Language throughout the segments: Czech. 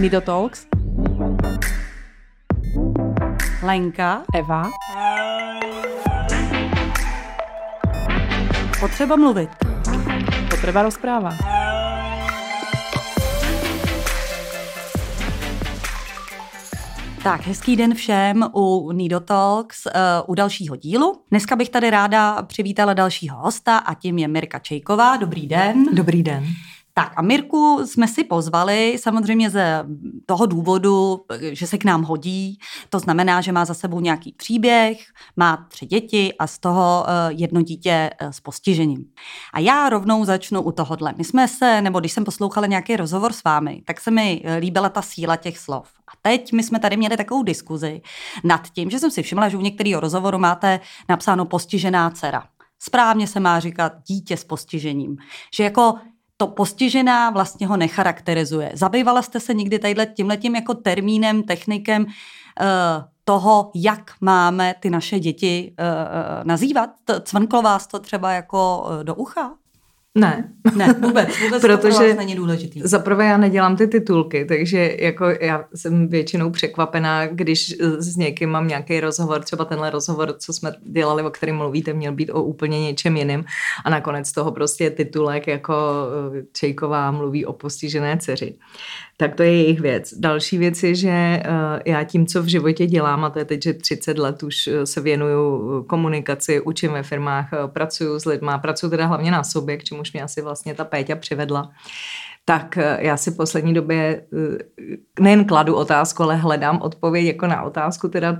Nido Talks. Lenka. Eva. Potřeba mluvit. Potreba rozpráva. Tak, hezký den všem u Nido Talks, u dalšího dílu. Dneska bych tady ráda přivítala dalšího hosta a tím je Mirka Čejková. Dobrý den. Dobrý den. Tak a Mirku jsme si pozvali samozřejmě ze toho důvodu, že se k nám hodí. To znamená, že má za sebou nějaký příběh, má 3 děti a z toho jedno dítě s postižením. A já rovnou začnu u tohodle. Když jsem poslouchala nějaký rozhovor s vámi, tak se mi líbila ta síla těch slov. A teď my jsme tady měli takovou diskuzi nad tím, že jsem si všimla, že u některého rozhovoru máte napsáno postižená dcera. Správně se má říkat dítě s postižením. Že jako to postižená vlastně ho necharakterizuje. Zabývala jste se někdy tímhletím jako termínem, technikem toho, jak máme ty naše děti nazývat? Cvrnklo vás to třeba jako do ucha? Ne, vůbec protože to pro vás není důležitý. Zaprvé já nedělám ty titulky, takže jako já jsem většinou překvapená, když s někým mám nějaký rozhovor, třeba tenhle rozhovor, co jsme dělali, o kterém mluvíte, měl být o úplně něčem jiném a nakonec toho prostě je titulek jako Čejková mluví o postižené dceři. Tak to je jejich věc. Další věc je, že já tím, co v životě dělám, a to je teď, že 30 let už se věnuju komunikaci, učím ve firmách, pracuju s lidma, pracuju teda hlavně na sobě, k čemuž mě asi vlastně ta Péťa přivedla. Tak já si v poslední době nejen kladu otázku, ale hledám odpověď jako na otázku teda,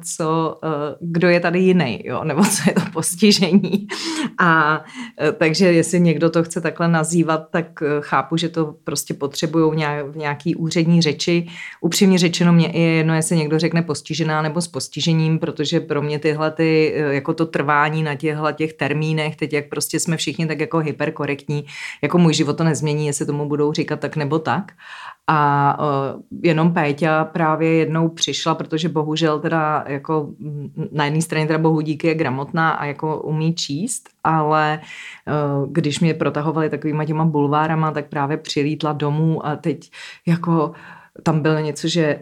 kdo je tady jiný, jo, nebo co je to postižení. A takže jestli někdo to chce takhle nazývat, tak chápu, že to prostě potřebujou v nějaký úřední řeči. Upřímně řečeno, mě je jedno, jestli někdo řekne postižená nebo s postižením, protože pro mě tyhle jako to trvání na těch termínech, teď jak prostě jsme všichni tak jako hyperkorektní, jako můj život to nezmění, jestli tomu budou říkat tak nebo tak. A jenom Péťa právě jednou přišla, protože bohužel teda jako na jedné straně teda bohu díky je gramotná a jako umí číst, ale když mě protahovali takovýma těma bulvárama, tak právě přilítla domů a teď jako tam bylo něco, že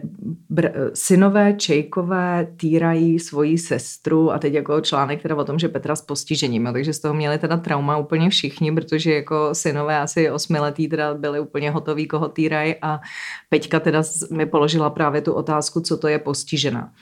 synové Čejkové týrají svoji sestru a teď jako článek teda o tom, že Petra s postižením, takže z toho měli teda trauma úplně všichni, protože jako synové asi 8letý teda byli úplně hotoví, koho týrají a Peťka teda mi položila právě tu otázku, co to je postižená.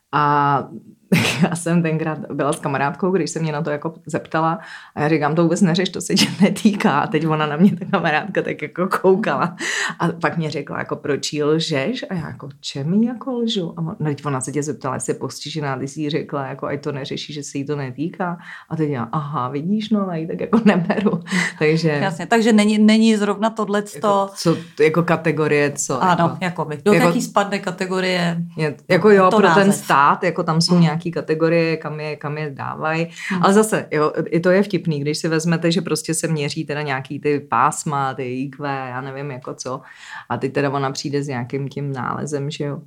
A já jsem tenkrát byla s kamarádkou, když se mě na to jako zeptala a já říkám, to vůbec neřeš, to se tě netýká. A teď ona na mě, ta kamarádka, tak jako koukala. A pak mě řekla, jako proč jí lžeš? A já jako, čem jí jako lžu? A teď ona se tě zeptala, jestli je postižená, ty jsi jí řekla, jako ať to neřeší, že se jí to netýká. A teď já, aha, vidíš, no, a jí tak jako neberu. Takže jasně, takže není zrovna tohleto. Jako kategorie, co? Ano, jako do jaký spadne kategorie? Jako jo, pro název. ten stát, jako tam jsou nějaký kategorie, kam je dávají. Ale zase, jo, i to je vtipný, když si vezmete, že prostě se měří teda nějaký ty pásma, ty IQ, já nevím jako co. A teď teda ona přijde s nějakým tím nálezem, že jo.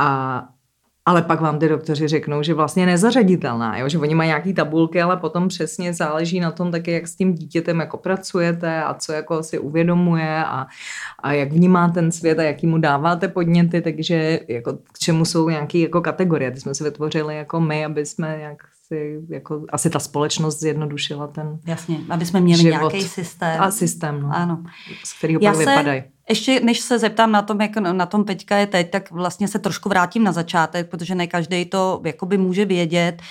Ale pak vám ty doktoři řeknou, že vlastně nezařaditelná, jo? Že oni mají nějaký tabulky, ale potom přesně záleží na tom taky, jak s tím dítětem jako pracujete a co jako si uvědomuje a jak vnímá ten svět a jaký mu dáváte podněty, takže jako k čemu jsou nějaké jako kategorie. Ty jsme si vytvořili jako my, aby jsme jako asi ta společnost zjednodušila ten jasně, aby jsme měli život. Nějaký systém. A systém, no. Ano. Z kterého pak vypadají. Ještě než se zeptám na tom, jak na tom Peťka je teď, tak vlastně se trošku vrátím na začátek, protože ne každý to jakoby může vědět.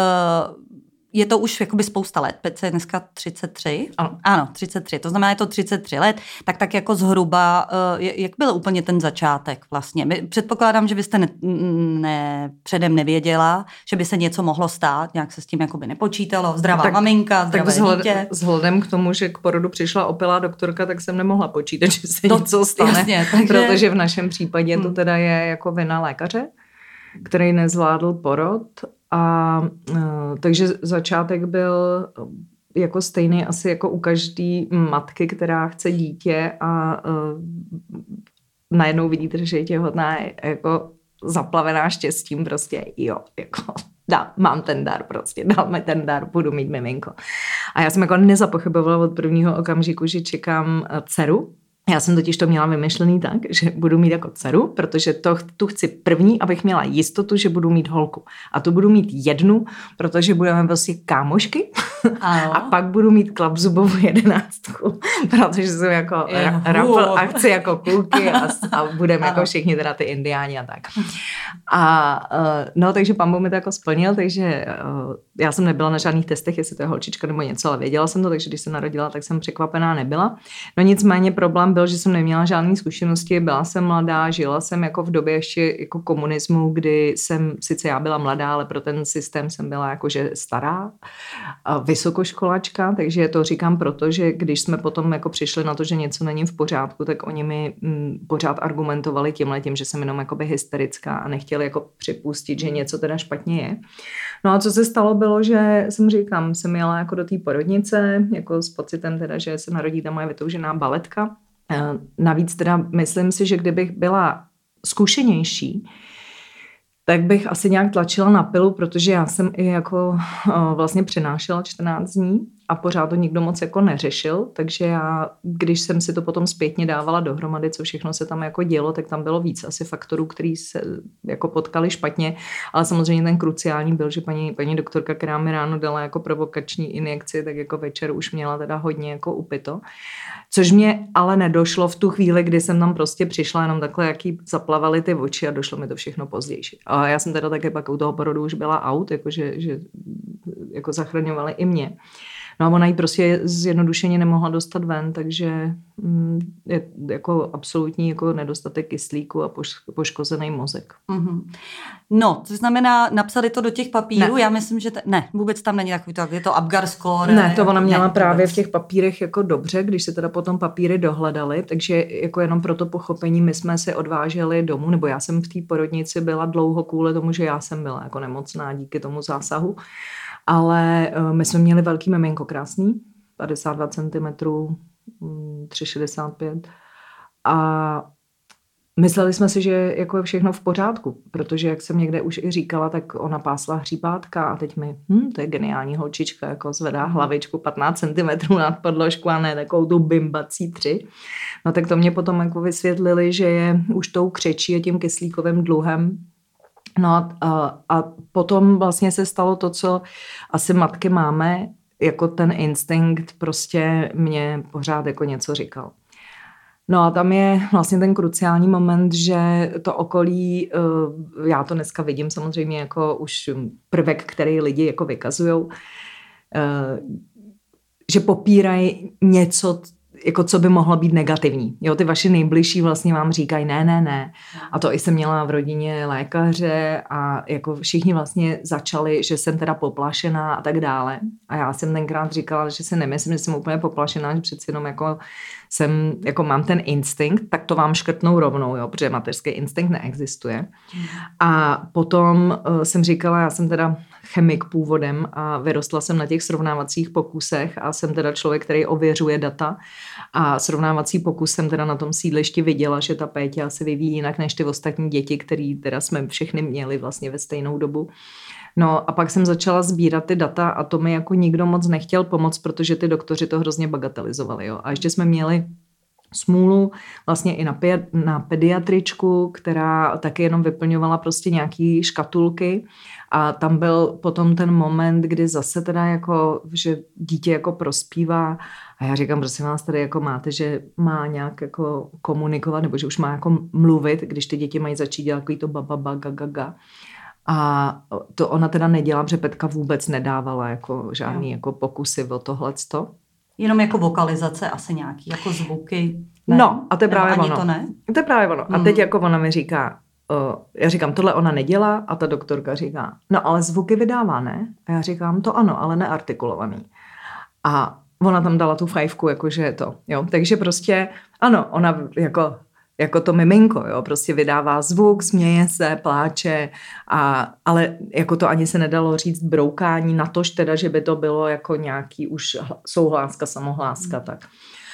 Je to už jakoby spousta let, Petře je dneska 33? Ano, 33, to znamená, je to 33 let, tak jako zhruba, jak byl úplně ten začátek vlastně? Předpokládám, že byste předem nevěděla, že by se něco mohlo stát, nějak se s tím jakoby nepočítalo, zdravá maminka, zdravé dítě. Vzhledem k tomu, že k porodu přišla opilá doktorka, tak jsem nemohla počítat, že se něco stane, jasně, protože v našem případě to teda je jako vina lékaře, který nezvládl porod. A takže začátek byl jako stejný asi jako u každé matky, která chce dítě a najednou vidíte, že je těhotná jako zaplavená štěstím prostě, jo, jako mám ten dar prostě, dal mi ten dar, budu mít miminko. A já jsem jako nezapochybovala od prvního okamžiku, že čekám dceru. Já jsem totiž to měla vymyšlený tak, že budu mít jako dceru, protože tu chci první, abych měla jistotu, že budu mít holku. A tu budu mít jednu, protože budeme prostě kámošky. A pak budu mít klapzubovou 11, protože jsem jako rapl a chci jako kluky a budeme jako všichni teda ty indiáni a tak. A no, takže pan Bůh mi to jako splnil, takže já jsem nebyla na žádných testech, jestli to je holčička nebo něco, ale věděla jsem to, takže když jsem narodila, tak jsem překvapená nebyla. No nicméně problém byl, že jsem neměla žádné zkušenosti, byla jsem mladá, žila jsem jako v době ještě jako komunismu, kdy jsem, sice já byla mladá, ale pro ten systém jsem byla jakože stará a vysokoškolačka, takže to říkám proto, že když jsme potom jako přišli na to, že něco není v pořádku, tak oni mi pořád argumentovali tímhletím, že jsem jenom jakoby hysterická a nechtěli jako připustit, že něco teda špatně je. No a co se stalo bylo, že jsem jela jako do té porodnice, jako s pocitem teda, že se narodí ta moje vytoužená baletka. Navíc teda myslím si, že kdybych byla zkušenější, tak bych asi nějak tlačila na pilu, protože já jsem i jako vlastně přenášela 14 dní a pořád to nikdo moc jako neřešil, takže já, když jsem si to potom zpětně dávala dohromady, co všechno se tam jako dělo, tak tam bylo víc asi faktorů, který se jako potkali špatně, ale samozřejmě ten kruciální byl, že paní doktorka, která mi ráno dala jako provokační injekci, tak jako večer už měla teda hodně jako upito. Což mě ale nedošlo v tu chvíli, kdy jsem tam prostě přišla, jenom takhle, jaký zaplavaly ty oči a došlo mi to všechno později. A já jsem teda také pak u toho porodu už byla out, že jako zachraňovali i mě. No a ona jí prostě zjednodušeně nemohla dostat ven, takže je jako absolutní jako nedostatek kyslíku a poškozený mozek. Mm-hmm. No, to znamená, napsali to do těch papírů, ne. Já myslím, že ne, vůbec tam není takový to, je to Apgar score. Ne, to ona měla právě v těch papírech jako dobře, když se teda potom papíry dohledali, takže jako jenom pro to pochopení my jsme se odváželi domů, nebo já jsem v té porodnici byla dlouho kvůli tomu, že já jsem byla jako nemocná díky tomu zásahu. Ale my jsme měli velký miminko, krásný, 52 cm, 3,65 a mysleli jsme si, že jako je všechno v pořádku, protože jak jsem někde už i říkala, tak ona pásla hříbátka a teď mi, to je geniální holčička, jako zvedá hlavičku 15 cm nad podložku a ne takovou tu bimbací 3. No tak to mě potom jako vysvětlili, že je už tou křečí a tím kyslíkovým dluhem. No a potom vlastně se stalo to, co asi matky máme, jako ten instinkt prostě mě pořád jako něco říkal. No a tam je vlastně ten kruciální moment, že to okolí, já to dneska vidím samozřejmě jako už prvek, který lidi jako vykazujou, že popírají něco, jako co by mohlo být negativní. Jo, ty vaši nejbližší vlastně vám říkají ne. A to i jsem měla v rodině lékaře a jako všichni vlastně začali, že jsem teda poplašená a tak dále. A já jsem tenkrát říkala, že si nemyslím, že jsem úplně poplašená, že přeci jenom jako mám ten instinkt, tak to vám škrtnou rovnou, jo, protože mateřský instinkt neexistuje. A potom jsem říkala, já jsem teda chemik původem a vyrostla jsem na těch srovnávacích pokusech a jsem teda člověk, který ověřuje data a srovnávací pokus jsem teda na tom sídlišti viděla, že ta Péťa se vyvíjí jinak než ty ostatní děti, který teda jsme všechny měli vlastně ve stejnou dobu. No a pak jsem začala sbírat ty data a to mi jako nikdo moc nechtěl pomoct, protože ty doktoři to hrozně bagatelizovali. Jo. A ještě jsme měli smůlu vlastně i na pediatričku, která taky jenom vyplňovala prostě nějaký škatulky a tam byl potom ten moment, kdy zase teda jako, že dítě jako prospívá a já říkám, prosím vás, tady jako máte, že má nějak jako komunikovat nebo že už má jako mluvit, když ty děti mají začít dělat takový to bababa, gaga. A to ona teda nedělá, protože Petka vůbec nedávala jako žádný jako pokusy o tohleto. Jenom jako vokalizace asi nějaký, jako zvuky. Ne? No, a to je právě ono. To ne? To je právě ono. A teď jako ona mi říká, já říkám, tohle ona nedělá a ta doktorka říká, no ale zvuky vydává, ne? A já říkám, to ano, ale neartikulovaný. A ona tam dala tu 5, jakože to, jo. Takže prostě, ano, ona jako to miminko, jo, prostě vydává zvuk, směje se, pláče, ale jako to ani se nedalo říct broukání, natož teda, že by to bylo jako nějaký už souhláska, samohláska, tak.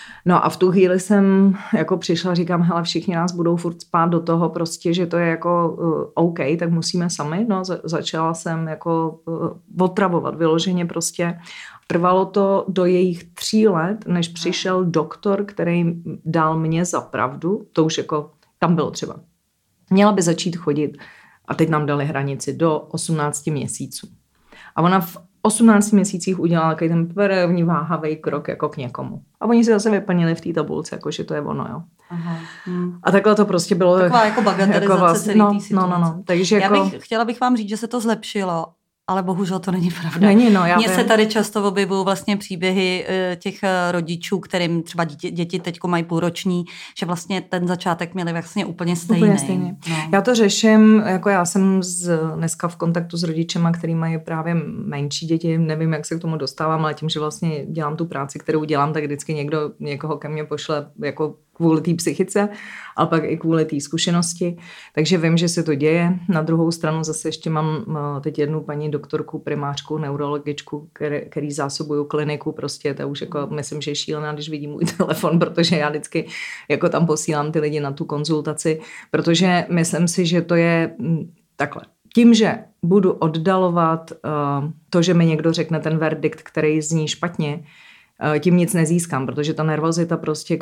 No a v tu chvíli jsem jako přišla, říkám, hele, všichni nás budou furt spát do toho prostě, že to je jako OK, tak musíme sami. No začala jsem jako otravovat vyloženě prostě. Trvalo to do jejich 3 let, než přišel doktor, který dal mě za pravdu. To už jako tam bylo třeba. Měla by začít chodit a teď nám dali hranici do 18 měsíců. A ona v 18 měsících udělala takový ten první váhavý krok jako k někomu. A oni si zase vyplnili v té tabulce, jako že to je ono, jo. Aha. A takhle to prostě bylo. Taková jako bagatelizace celé té situace. No. Takže jako... Chtěla bych vám říct, že se to zlepšilo, ale bohužel to není pravda. Mně se tady často objevují vlastně příběhy těch rodičů, kterým třeba děti teďko mají půlroční, že vlastně ten začátek měli vlastně úplně stejný. No. Já to řeším, jako já jsem dneska v kontaktu s rodičema, který mají právě menší děti, nevím, jak se k tomu dostávám, ale tím, že vlastně dělám tu práci, kterou dělám, tak vždycky někoho ke mně pošle jako kvůli té psychice, ale pak i kvůli té zkušenosti. Takže vím, že se to děje. Na druhou stranu zase ještě mám teď jednu paní doktorku, primářku, neurologičku, který zásobují kliniku. Prostě to už jako myslím, že je šílená, když vidím můj telefon, protože já vždycky jako tam posílám ty lidi na tu konzultaci, protože myslím si, že to je takhle. Tím, že budu oddalovat to, že mi někdo řekne ten verdikt, který zní špatně, tím nic nezískám, protože ta nervozita prostě,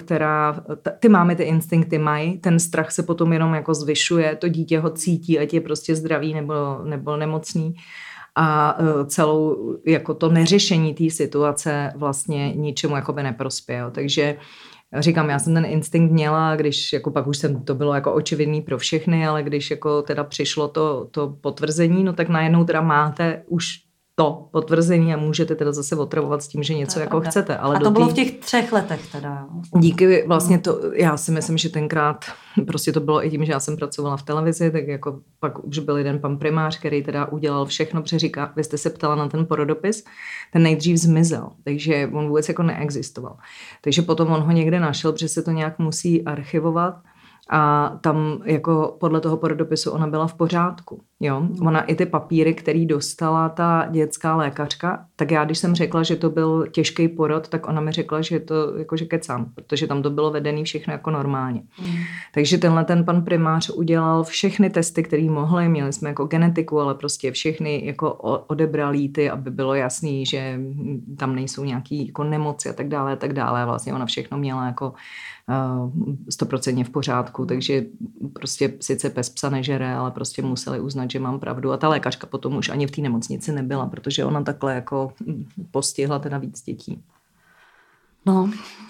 ty mámy ty instinkty mají, ten strach se potom jenom jako zvyšuje, to dítě ho cítí, ať je prostě zdravý nebo nemocný a celou jako to neřešení té situace vlastně ničemu jakoby neprospěje. Takže říkám, já jsem ten instinkt měla, když jako pak už to bylo jako očividný pro všechny, ale když jako teda přišlo to potvrzení, no tak najednou teda máte už to potvrzení a můžete teda zase otravovat s tím, že něco jako chcete. Ale a to bylo v těch 3 letech teda. Díky vlastně to, já si myslím, že tenkrát prostě to bylo i tím, že já jsem pracovala v televizi, tak jako pak už byl jeden pan primář, který teda udělal všechno, přeříká, vy jste se ptala na ten porodopis, ten nejdřív zmizel, takže on vůbec jako neexistoval. Takže potom on ho někde našel, protože se to nějak musí archivovat. A tam jako podle toho porodopisu ona byla v pořádku. Jo? Ona i ty papíry, který dostala ta dětská lékařka, tak já když jsem řekla, že to byl těžký porod, tak ona mi řekla, že to jakože kecám, protože tam to bylo vedený všechno jako normálně. Takže ten pan primář udělal všechny testy, které mohli, měli jsme jako genetiku, ale prostě všechny jako odebral ty, aby bylo jasný, že tam nejsou nějaký jako nemoci a tak dále. Vlastně ona všechno měla jako 100% v pořádku, takže prostě sice pes psa nežere, ale prostě museli uznat, že mám pravdu a ta lékařka potom už ani v té nemocnici nebyla, protože ona takhle jako postihla teda víc dětí. No,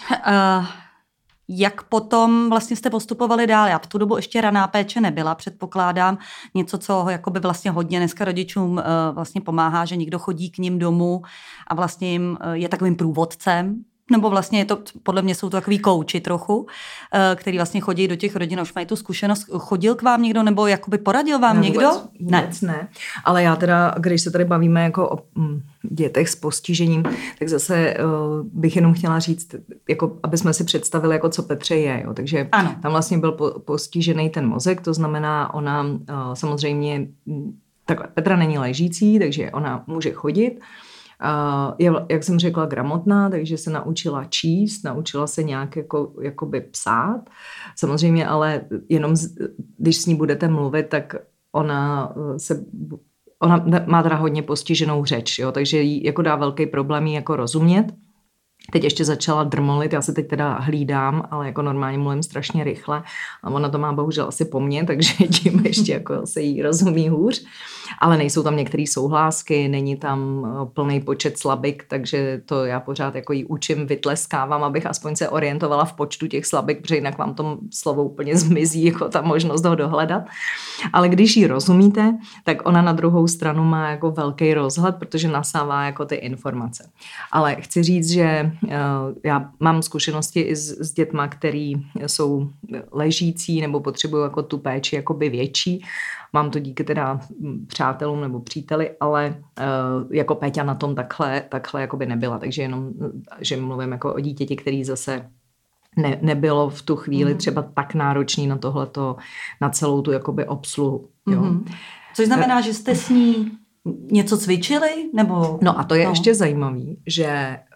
jak potom vlastně jste postupovali dál? Já v tu dobu ještě raná péče nebyla, předpokládám něco, co jakoby vlastně hodně dneska rodičům vlastně pomáhá, že někdo chodí k nim domů a vlastně jim je takovým průvodcem. Nebo vlastně je to, podle mě jsou to takový kouči trochu, který vlastně chodí do těch rodin, už mají tu zkušenost. Chodil k vám někdo nebo jakoby poradil vám někdo? Vůbec ne. Ale já teda, když se tady bavíme jako o dětech s postižením, tak zase bych jenom chtěla říct, jako, aby jsme si představili, jako co Petře je. Jo. Takže ano. Tam vlastně byl postižený ten mozek, to znamená, ona samozřejmě, takhle, Petra není ležící, takže ona může chodit. Je, jak jsem řekla, gramotná, takže se naučila číst, naučila se nějak jakoby psát. Samozřejmě, ale jenom když s ní budete mluvit, tak ona má teda hodně postiženou řeč, jo, takže jí jako dá velký problém jí jako rozumět. Teď ještě začala drmolit, já se teď teda hlídám, ale jako normálně mluvím strašně rychle a ona to má bohužel asi po mně, takže tím ještě jako se jí rozumí hůř. Ale nejsou tam některé souhlásky, není tam plný počet slabik, takže to já pořád jako jí učím, vytleskávám, abych aspoň se orientovala v počtu těch slabik, protože jinak vám to slovo úplně zmizí, jako ta možnost ho dohledat. Ale když jí rozumíte, tak ona na druhou stranu má jako velký rozhled, protože nasává jako ty informace. Ale chci říct, že já mám zkušenosti i s dětma, který jsou ležící nebo potřebují jako tu péči jakoby větší. Mám to díky teda přátelům nebo příteli, ale jako Péťa na tom takhle jakoby nebyla. Takže jenom, že mluvím jako o dítěti, který zase nebylo v tu chvíli třeba tak náročný na tohleto, na celou tu jakoby obsluhu. Jo. Což znamená, že jste s ní něco cvičili? Nebo... No a to je ještě zajímavý, že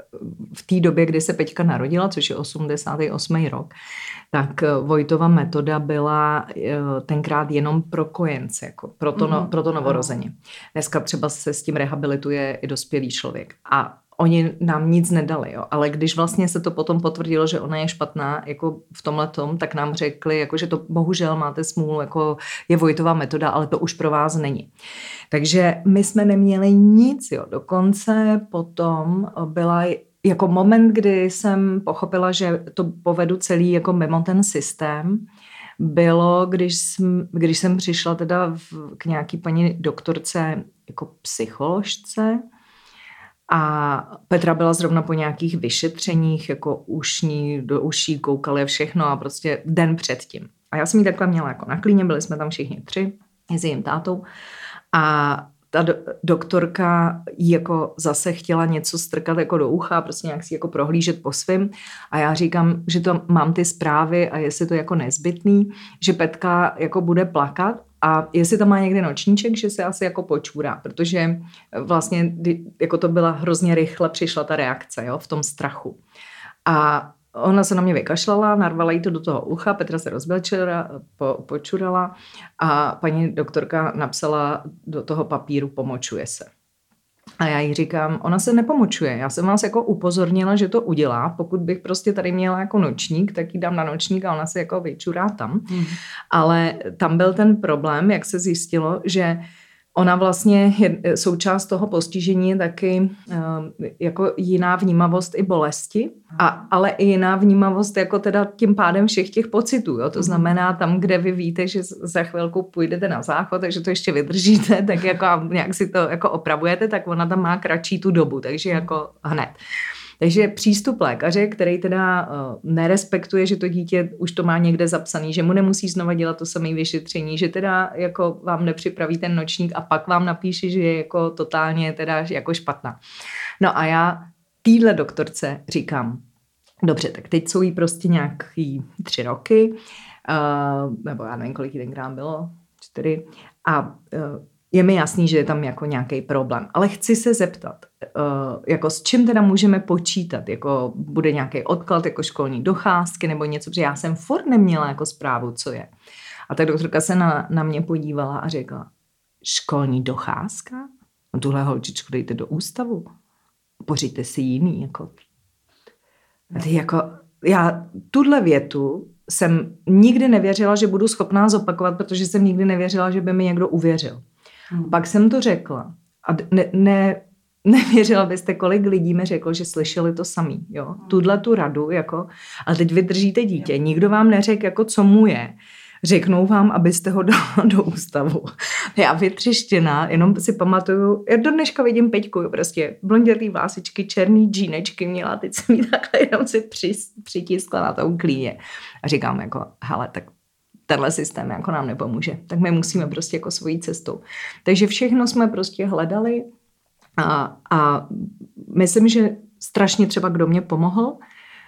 v té době, kdy se Peťka narodila, což je 88. rok, tak Vojtova metoda byla tenkrát jenom pro kojence, jako pro to novorozeně. Dneska třeba se s tím rehabilituje i dospělý člověk. A oni nám nic nedali, jo. Ale když vlastně se to potom potvrdilo, že ona je špatná jako v tomhletom, tak nám řekli, jako, že to bohužel máte smůlu, jako je Vojtova metoda, ale to už pro vás není. Takže my jsme neměli nic, jo. Dokonce potom byla jako moment, kdy jsem pochopila, že to povedu celý jako mimo ten systém, bylo, když jsem přišla teda k nějaký paní doktorce jako psycholožce, a Petra byla zrovna po nějakých vyšetřeních, jako do uší koukali všechno a prostě den předtím. A já jsem ji takhle měla jako na klíně, byli jsme tam všichni 3 s jejím tátou a ta doktorka jí jako zase chtěla něco strkat jako do ucha, prostě nějak si jako prohlížet po svým a já říkám, že to mám ty zprávy a jestli to jako nezbytný, že Petka jako bude plakat a jestli tam má někde nočníček, že se asi jako počůrá, protože vlastně jako to byla hrozně rychle přišla ta reakce, jo, v tom strachu. A ona se na mě vykašlala, narvala jí to do toho ucha, Petra se počurala a paní doktorka napsala do toho papíru pomočuje se. A já jí říkám, ona se nepomočuje. Já jsem vás jako upozornila, že to udělá. Pokud bych prostě tady měla jako nočník, tak ji dám na nočník a ona se jako vyčurá tam. Ale tam byl ten problém, jak se zjistilo, že ona vlastně součást toho postižení je taky jako jiná vnímavost i bolesti, ale i jiná vnímavost jako teda tím pádem všech těch pocitů. Jo? To znamená tam, kde vy víte, že za chvilku půjdete na záchod, takže to ještě vydržíte, tak jako nějak si to jako opravujete, tak ona tam má kratší tu dobu, takže jako hned. Takže přístup lékaře, který teda nerespektuje, že to dítě už to má někde zapsaný, že mu nemusí znova dělat to samé vyšetření, že teda jako vám nepřipraví ten nočník a pak vám napíše, že je jako totálně teda jako špatná. No a já týhle doktorce říkám, dobře, tak teď jsou jí prostě nějaký 3 roky, nebo já nevím, kolik jí tenkrát bylo, 4, a je mi jasný, že je tam jako nějaký problém, ale chci se zeptat, jako s čím teda můžeme počítat, jako bude nějaký odklad, jako školní docházky nebo něco, protože já jsem furt neměla jako zprávu, co je. A ta doktorka se na mě podívala a řekla, školní docházka? No tuhle holčičku dejte do ústavu, pořiďte si jiný, jako. A ty jako, já tuhle větu jsem nikdy nevěřila, že budu schopná zopakovat, protože jsem nikdy nevěřila, že by mi někdo uvěřil. Pak jsem to řekla a nevěřila byste, kolik lidí mi řeklo, že slyšeli to samý, jo, tuhle tu radu, jako, ale teď vy držíte dítě, nikdo vám neřekl, jako co mu je, řeknou vám, abyste ho dala do ústavu. Já vytřeštěná, jenom si pamatuju, já do dneška vidím Peťku, prostě blondětý vlásičky, černý džínečky měla, teď jsem jí takhle jenom si přitiskla na tom klíně a říkám jako, hele, tak tenhle systém jako nám nepomůže, tak my musíme prostě jako svojí cestou. Takže všechno jsme prostě hledali a myslím, že strašně třeba kdo mě pomohl,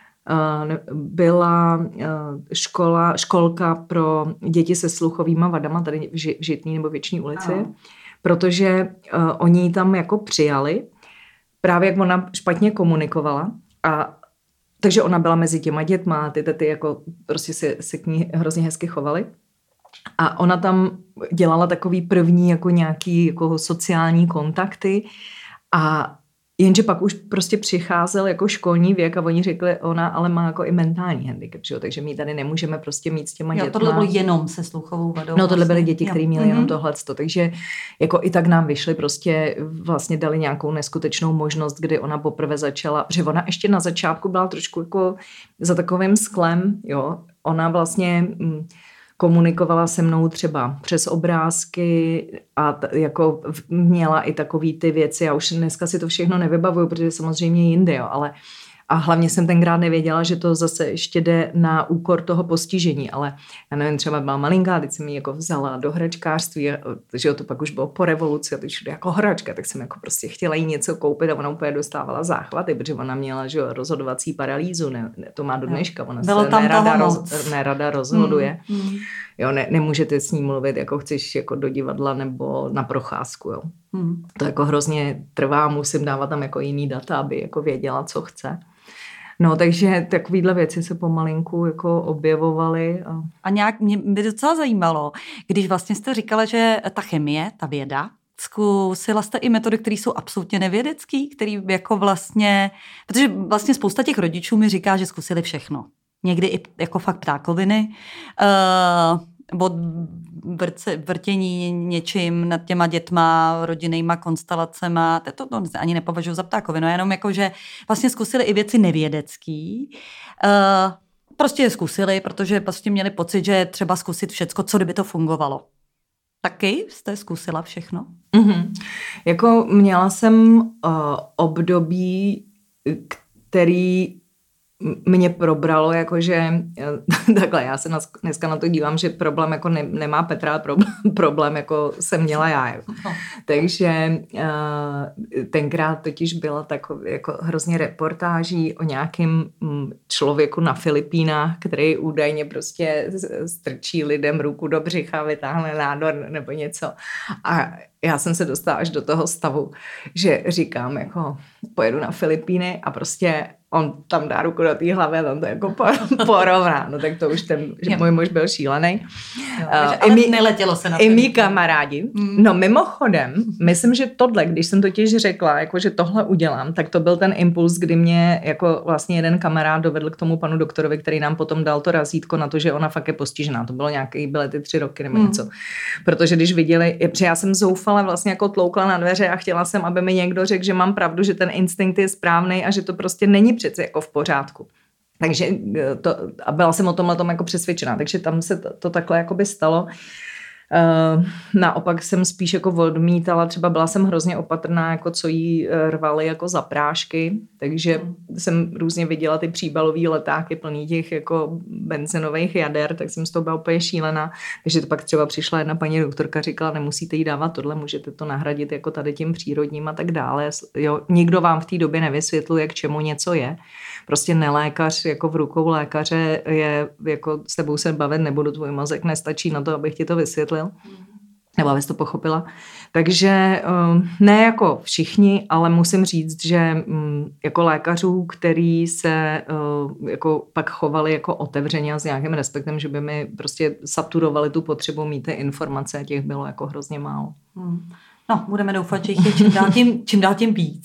byla školka pro děti se sluchovýma vadama tady v Žitní nebo Věčné ulici, protože oni ji tam jako přijali, právě jak ona špatně komunikovala a takže ona byla mezi těma dětma, ty tety jako prostě se k ní hrozně hezky chovaly. A ona tam dělala takový první jako nějaký jako sociální kontakty a jenže pak už prostě přicházel jako školní věk a oni řekli, ona ale má jako i mentální handicap, že jo? Takže my tady nemůžeme prostě mít s těma dětma. Tohle bylo jenom se sluchovou vadou. No tohle byly děti, které měly jenom tohleto, takže jako i tak nám vyšly prostě vlastně dali nějakou neskutečnou možnost, kdy ona poprvé začala, že ona ještě na začátku byla trošku jako za takovým sklem, jo? Ona vlastně komunikovala se mnou třeba přes obrázky a jako měla i takový ty věci. Já už dneska si to všechno nevybavuju, protože samozřejmě jinde, jo, ale a hlavně jsem tenkrát nevěděla, že to zase ještě jde na úkor toho postižení, ale já nevím, třeba byla malinká, teď jsem ji jako vzala do hračkářství, že to pak už bylo po revoluci a teď šlo jako hračka, tak jsem jako prostě chtěla jí něco koupit a ona úplně dostávala záchvaty, protože ona měla, že rozhodovací paralýzu, ne, to má do dneška, ona se nerada rozhoduje. Jo, nemůžete s ním mluvit, jako chceš jako do divadla nebo na procházku, jo. To jako hrozně trvá, musím dávat tam jako jiný data, aby jako věděla, co chce. No, takže takovýhle věci se pomalinku jako objevovaly. A nějak mě by docela zajímalo, když vlastně jste říkala, že ta chemie, ta věda, zkusila jste i metody, které jsou absolutně nevědecký, který jako vlastně, protože vlastně spousta těch rodičů mi říká, že zkusili všechno. Někdy i jako fakt ptákoviny, od vrtění něčím nad těma dětma, rodinnýma konstelacema, to ani nepovažuji za ptákovinu, jenom jako, že vlastně zkusili i věci nevědecký. Prostě je zkusili, protože prostě měli pocit, že třeba zkusit všecko, co kdyby to fungovalo. Taky jste zkusila všechno? Jako měla jsem období, který mě probralo, jakože takhle, já se dneska na to dívám, že problém jako nemá Petra, ale problém jako jsem měla já. Jako. Takže tenkrát totiž byla takový jako hrozně reportáží o nějakém člověku na Filipínách, který údajně prostě strčí lidem ruku do břicha, vytáhne nádor nebo něco. A já jsem se dostala až do toho stavu, že říkám, jako pojedu na Filipíny a prostě on tam dá ruku do té hlavy a tam to jako porovná. No tak to už můj muž byl šílený. Ale neletělo se na i mý kamarádi. No mimochodem, myslím, že tohle, když jsem totiž řekla, jako, že tohle udělám, tak to byl ten impuls, kdy mě jako vlastně jeden kamarád dovedl k tomu panu doktorovi, který nám potom dal to razítko na to, že ona fakt je postižená. To bylo byly ty 3 roky nebo něco. Protože když viděli, protože já jsem zoufale vlastně jako tloukla na dveře a chtěla jsem, aby mi někdo řekl, že mám pravdu, že ten instinkt je správný a že to prostě není přece jako v pořádku. Takže a byla jsem o tomhle jako přesvědčená, takže tam se to takhle jako by stalo. Naopak jsem spíš jako odmítala, třeba byla jsem hrozně opatrná, jako co jí rvali jako za prášky, takže jsem různě viděla ty příbalový letáky plný těch jako benzenových jader, tak jsem z toho byla úplně šílená, takže to pak třeba přišla jedna paní doktorka, říkala, nemusíte jí dávat tohle, můžete to nahradit jako tady tím přírodním a tak dále. Jo, nikdo vám v té době nevysvětluje, k čemu něco je. Prostě nelékař, jako v rukou lékaře je, jako s tebou se bavit nebudu, tvůj mozek nestačí na to, abych ti to vysvětlil. Nebo abys to pochopila. Takže ne jako všichni, ale musím říct, že jako lékařů, který se jako pak chovali jako otevřeně a s nějakým respektem, že by mi prostě saturovali tu potřebu mít ty informace a těch bylo jako hrozně málo. No, budeme doufat, že jich je čím dál tím víc.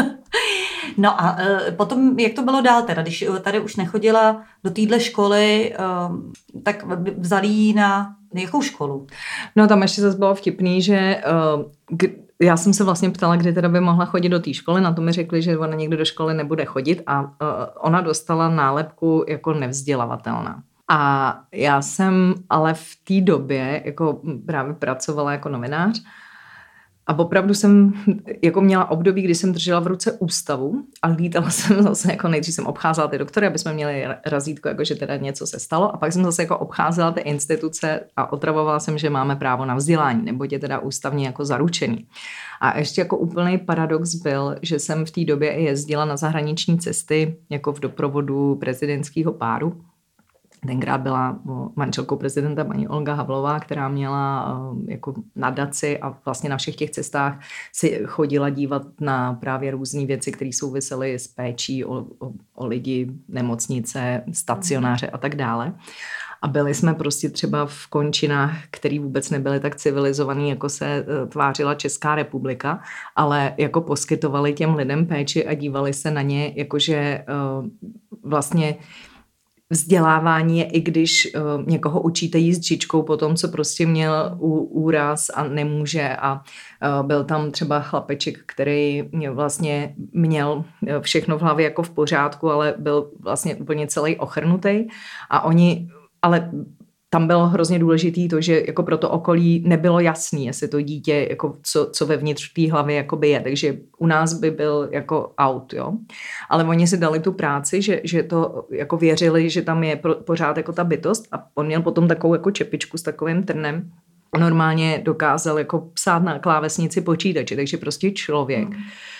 No a potom, jak to bylo dál teda, když tady už nechodila do téhle školy, tak vzali ji na jakou školu? No tam ještě zase bylo vtipný, že já jsem se vlastně ptala, kdy teda by mohla chodit do té školy, na to mi řekli, že ona někdy do školy nebude chodit a ona dostala nálepku jako nevzdělavatelná. A já jsem ale v té době jako právě pracovala jako novinář a opravdu jsem jako měla období, kdy jsem držela v ruce ústavu a lítala jsem zase, jako nejdřív jsem obcházela ty doktory, aby jsme měli razítko, jako že teda něco se stalo a pak jsem zase jako obcházela ty instituce a otravovala jsem, že máme právo na vzdělání, nebo je teda ústavně jako zaručený. A ještě jako úplný paradox byl, že jsem v té době jezdila na zahraniční cesty jako v doprovodu prezidentského páru. Tenkrát byla manželkou prezidenta paní Olga Havlová, která měla jako nadaci a vlastně na všech těch cestách si chodila dívat na právě různé věci, které souvisely s péčí o lidi, nemocnice, stacionáře a tak dále. A byli jsme prostě třeba v končinách, které vůbec nebyly tak civilizovaný, jako se tvářila Česká republika, ale jako poskytovali těm lidem péči a dívali se na ně, jakože vlastně vzdělávání je, i když někoho učíte jíst žičkou po tom, co prostě měl úraz a nemůže a byl tam třeba chlapeček, který vlastně měl všechno v hlavě jako v pořádku, ale byl vlastně úplně celý ochrnutý a ale tam bylo hrozně důležitý to, že jako pro to okolí nebylo jasný, jestli to dítě, jako co vevnitř té hlavy jakoby je. Takže u nás by byl jako out, jo. Ale oni si dali tu práci, že to jako věřili, že tam je pořád jako ta bytost a on měl potom takovou jako čepičku s takovým trnem. Normálně dokázal jako psát na klávesnici počítače, takže prostě člověk,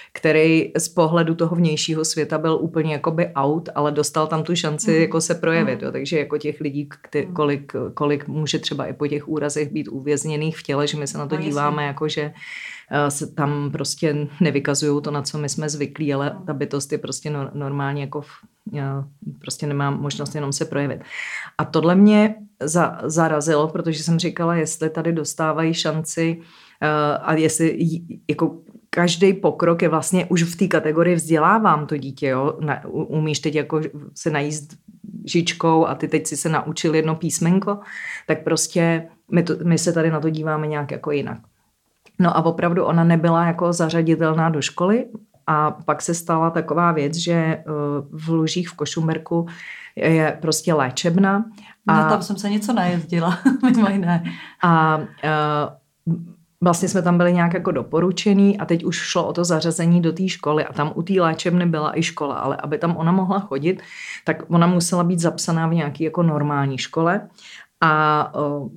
který z pohledu toho vnějšího světa byl úplně jakoby out, ale dostal tam tu šanci jako se projevit. Jo. Takže jako těch lidí, kolik může třeba i po těch úrazech být uvězněných v těle, že my se na to díváme jako, že se tam prostě nevykazují to, na co my jsme zvyklí, ale ta bytost je prostě normálně jako prostě nemá možnost jenom se projevit. A tohle mě zarazilo, protože jsem říkala, jestli tady dostávají šanci a jestli jako každý pokrok je vlastně už v té kategorii vzdělávám to dítě, jo? Umíš teď jako se najíst žičkou a ty teď si se naučil jedno písmenko, tak prostě my se tady na to díváme nějak jako jinak. No a opravdu ona nebyla jako zařaditelná do školy a pak se stala taková věc, že v Lužích v Košumberku je prostě léčebna. A tam jsem se něco najezdila, mimo jiné. A vlastně jsme tam byli nějak jako doporučený a teď už šlo o to zařazení do té školy a tam u té léčebny byla i škola, ale aby tam ona mohla chodit, tak ona musela být zapsaná v nějaké jako normální škole a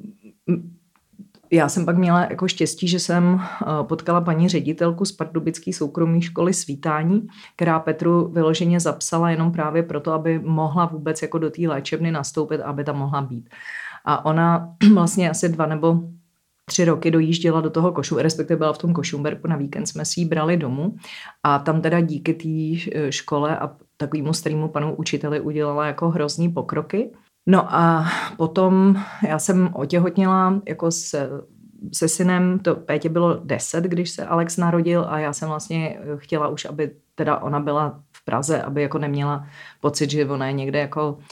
já jsem pak měla jako štěstí, že jsem potkala paní ředitelku z pardubické soukromé školy Svítání, která Petru vyloženě zapsala jenom právě proto, aby mohla vůbec jako do té léčebny nastoupit, aby tam mohla být. A ona vlastně asi 2 nebo 3 roky dojížděla do toho Košumberku, respektive byla v tom Košumberku, na víkend jsme si ji brali domů a tam teda díky té škole a takovému starému panu učiteli udělala jako hrozný pokroky. No a potom já jsem otěhotněla jako se synem, to Pétě bylo 10, když se Alex narodil a já jsem vlastně chtěla už, aby teda ona byla v Praze, aby jako neměla pocit, že ona je někde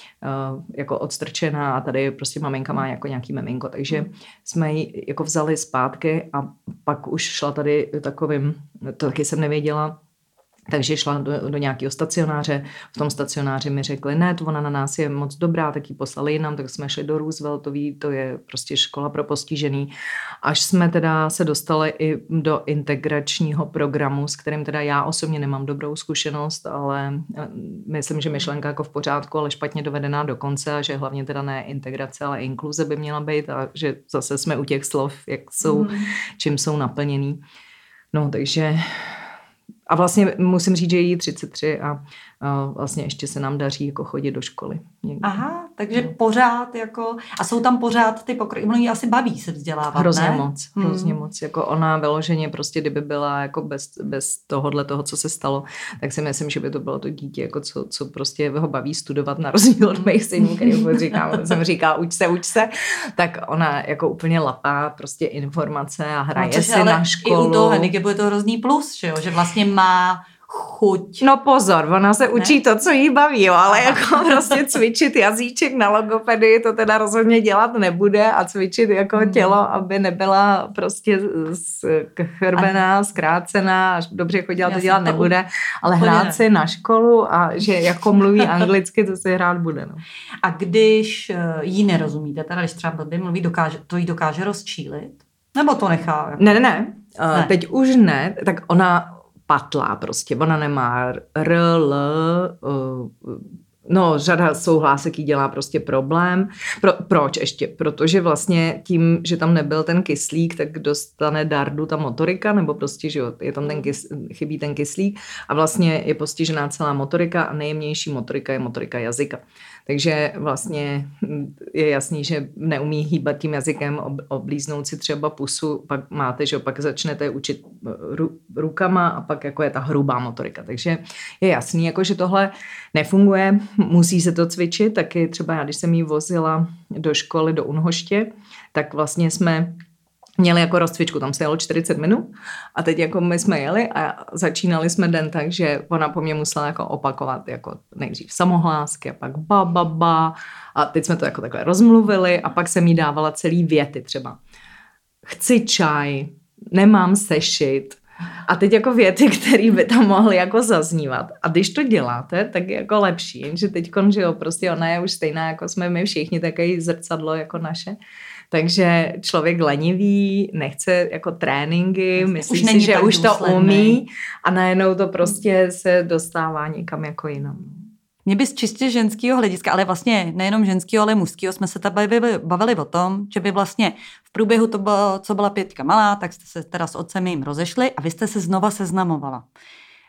jako odstrčená a tady prostě maminka má jako nějaký miminko, takže jsme ji jako vzali zpátky a pak už šla tady takovým, to taky jsem nevěděla, takže šla do nějakého stacionáře. V tom stacionáři mi řekli, ne, to ona na nás je moc dobrá, tak ji poslali jinam, tak jsme šli do Rooseveltový, to je prostě škola pro postižený. Až jsme teda se dostali i do integračního programu, s kterým teda já osobně nemám dobrou zkušenost, ale myslím, že myšlenka jako v pořádku, ale špatně dovedená do konce a že hlavně teda ne integrace, ale inkluze by měla být a že zase jsme u těch slov, jak jsou, čím jsou naplněný. No, takže a vlastně musím říct, že je jí 33 a vlastně ještě se nám daří jako chodit do školy. Někdy. Aha, takže pořád jako, a jsou tam pořád ty pokroky, ono jí asi baví se vzdělávat, Hrozně moc, jako ona vyloženě prostě, kdyby byla jako bez toho, co se stalo, tak si myslím, že by to bylo to dítě, jako co prostě ho baví studovat na rozdíl od mých synů, který jsem říká, uč se, tak ona jako úplně lapá prostě informace a hraje si na školu. I u toho handicapu je to hrozný plus, že vlastně má chuť. No pozor, ona se učí to, co jí baví, jo, ale jako prostě cvičit jazyček na logopedii, to teda rozhodně dělat nebude a cvičit jako tělo, aby nebyla prostě chrbená, zkrácená, až dobře chodila, to dělat nebude, ale hrát si na školu a že jako mluví anglicky, to si hrát bude. No. A když jí nerozumíte, teda když třeba blbě mluví, to jí dokáže rozčílit? Nebo to nechá? Jako... Ne. Teď už ne, tak ona patlá prostě, ona nemá řada souhlásek jí dělá prostě problém. Proč ještě? Protože vlastně tím, že tam nebyl ten kyslík, tak dostane dardu ta motorika, nebo prostě, že je tam chybí ten kyslík a vlastně je postižená celá motorika a nejjemnější motorika je motorika jazyka. Takže vlastně je jasný, že neumí hýbat tím jazykem, oblíznout si třeba pusu, pak máte, že pak začnete učit rukama a pak jako je ta hrubá motorika. Takže je jasný, jako že tohle nefunguje, musí se to cvičit, taky třeba já, když jsem jí vozila do školy, do Unhoště, tak vlastně jsme měli jako rozcvičku, tam se jelo 40 minut a teď jako my jsme jeli a začínali jsme den tak, že ona po mně musela jako opakovat jako nejdřív samohlásky a pak ba a teď jsme to jako takhle rozmluvili a pak jsem jí dávala celý věty třeba. Chci čaj, nemám sešit a teď jako věty, které by tam mohly jako zaznívat. A když to děláte, tak je jako lepší, jenže teďkon, že jo, prostě ona je už stejná, jako jsme my všichni, takový zrcadlo jako naše. Takže člověk lenivý, nechce jako tréninky, myslí si, že už to umí a najednou to prostě se dostává někam jako jinam. Mě by z čistě ženského hlediska, ale vlastně nejenom ženského, ale mužského, jsme se bavili o tom, že by vlastně v průběhu co byla Pětka malá, tak jste se teda s otcem jim rozešli a vy jste se znova seznamovala.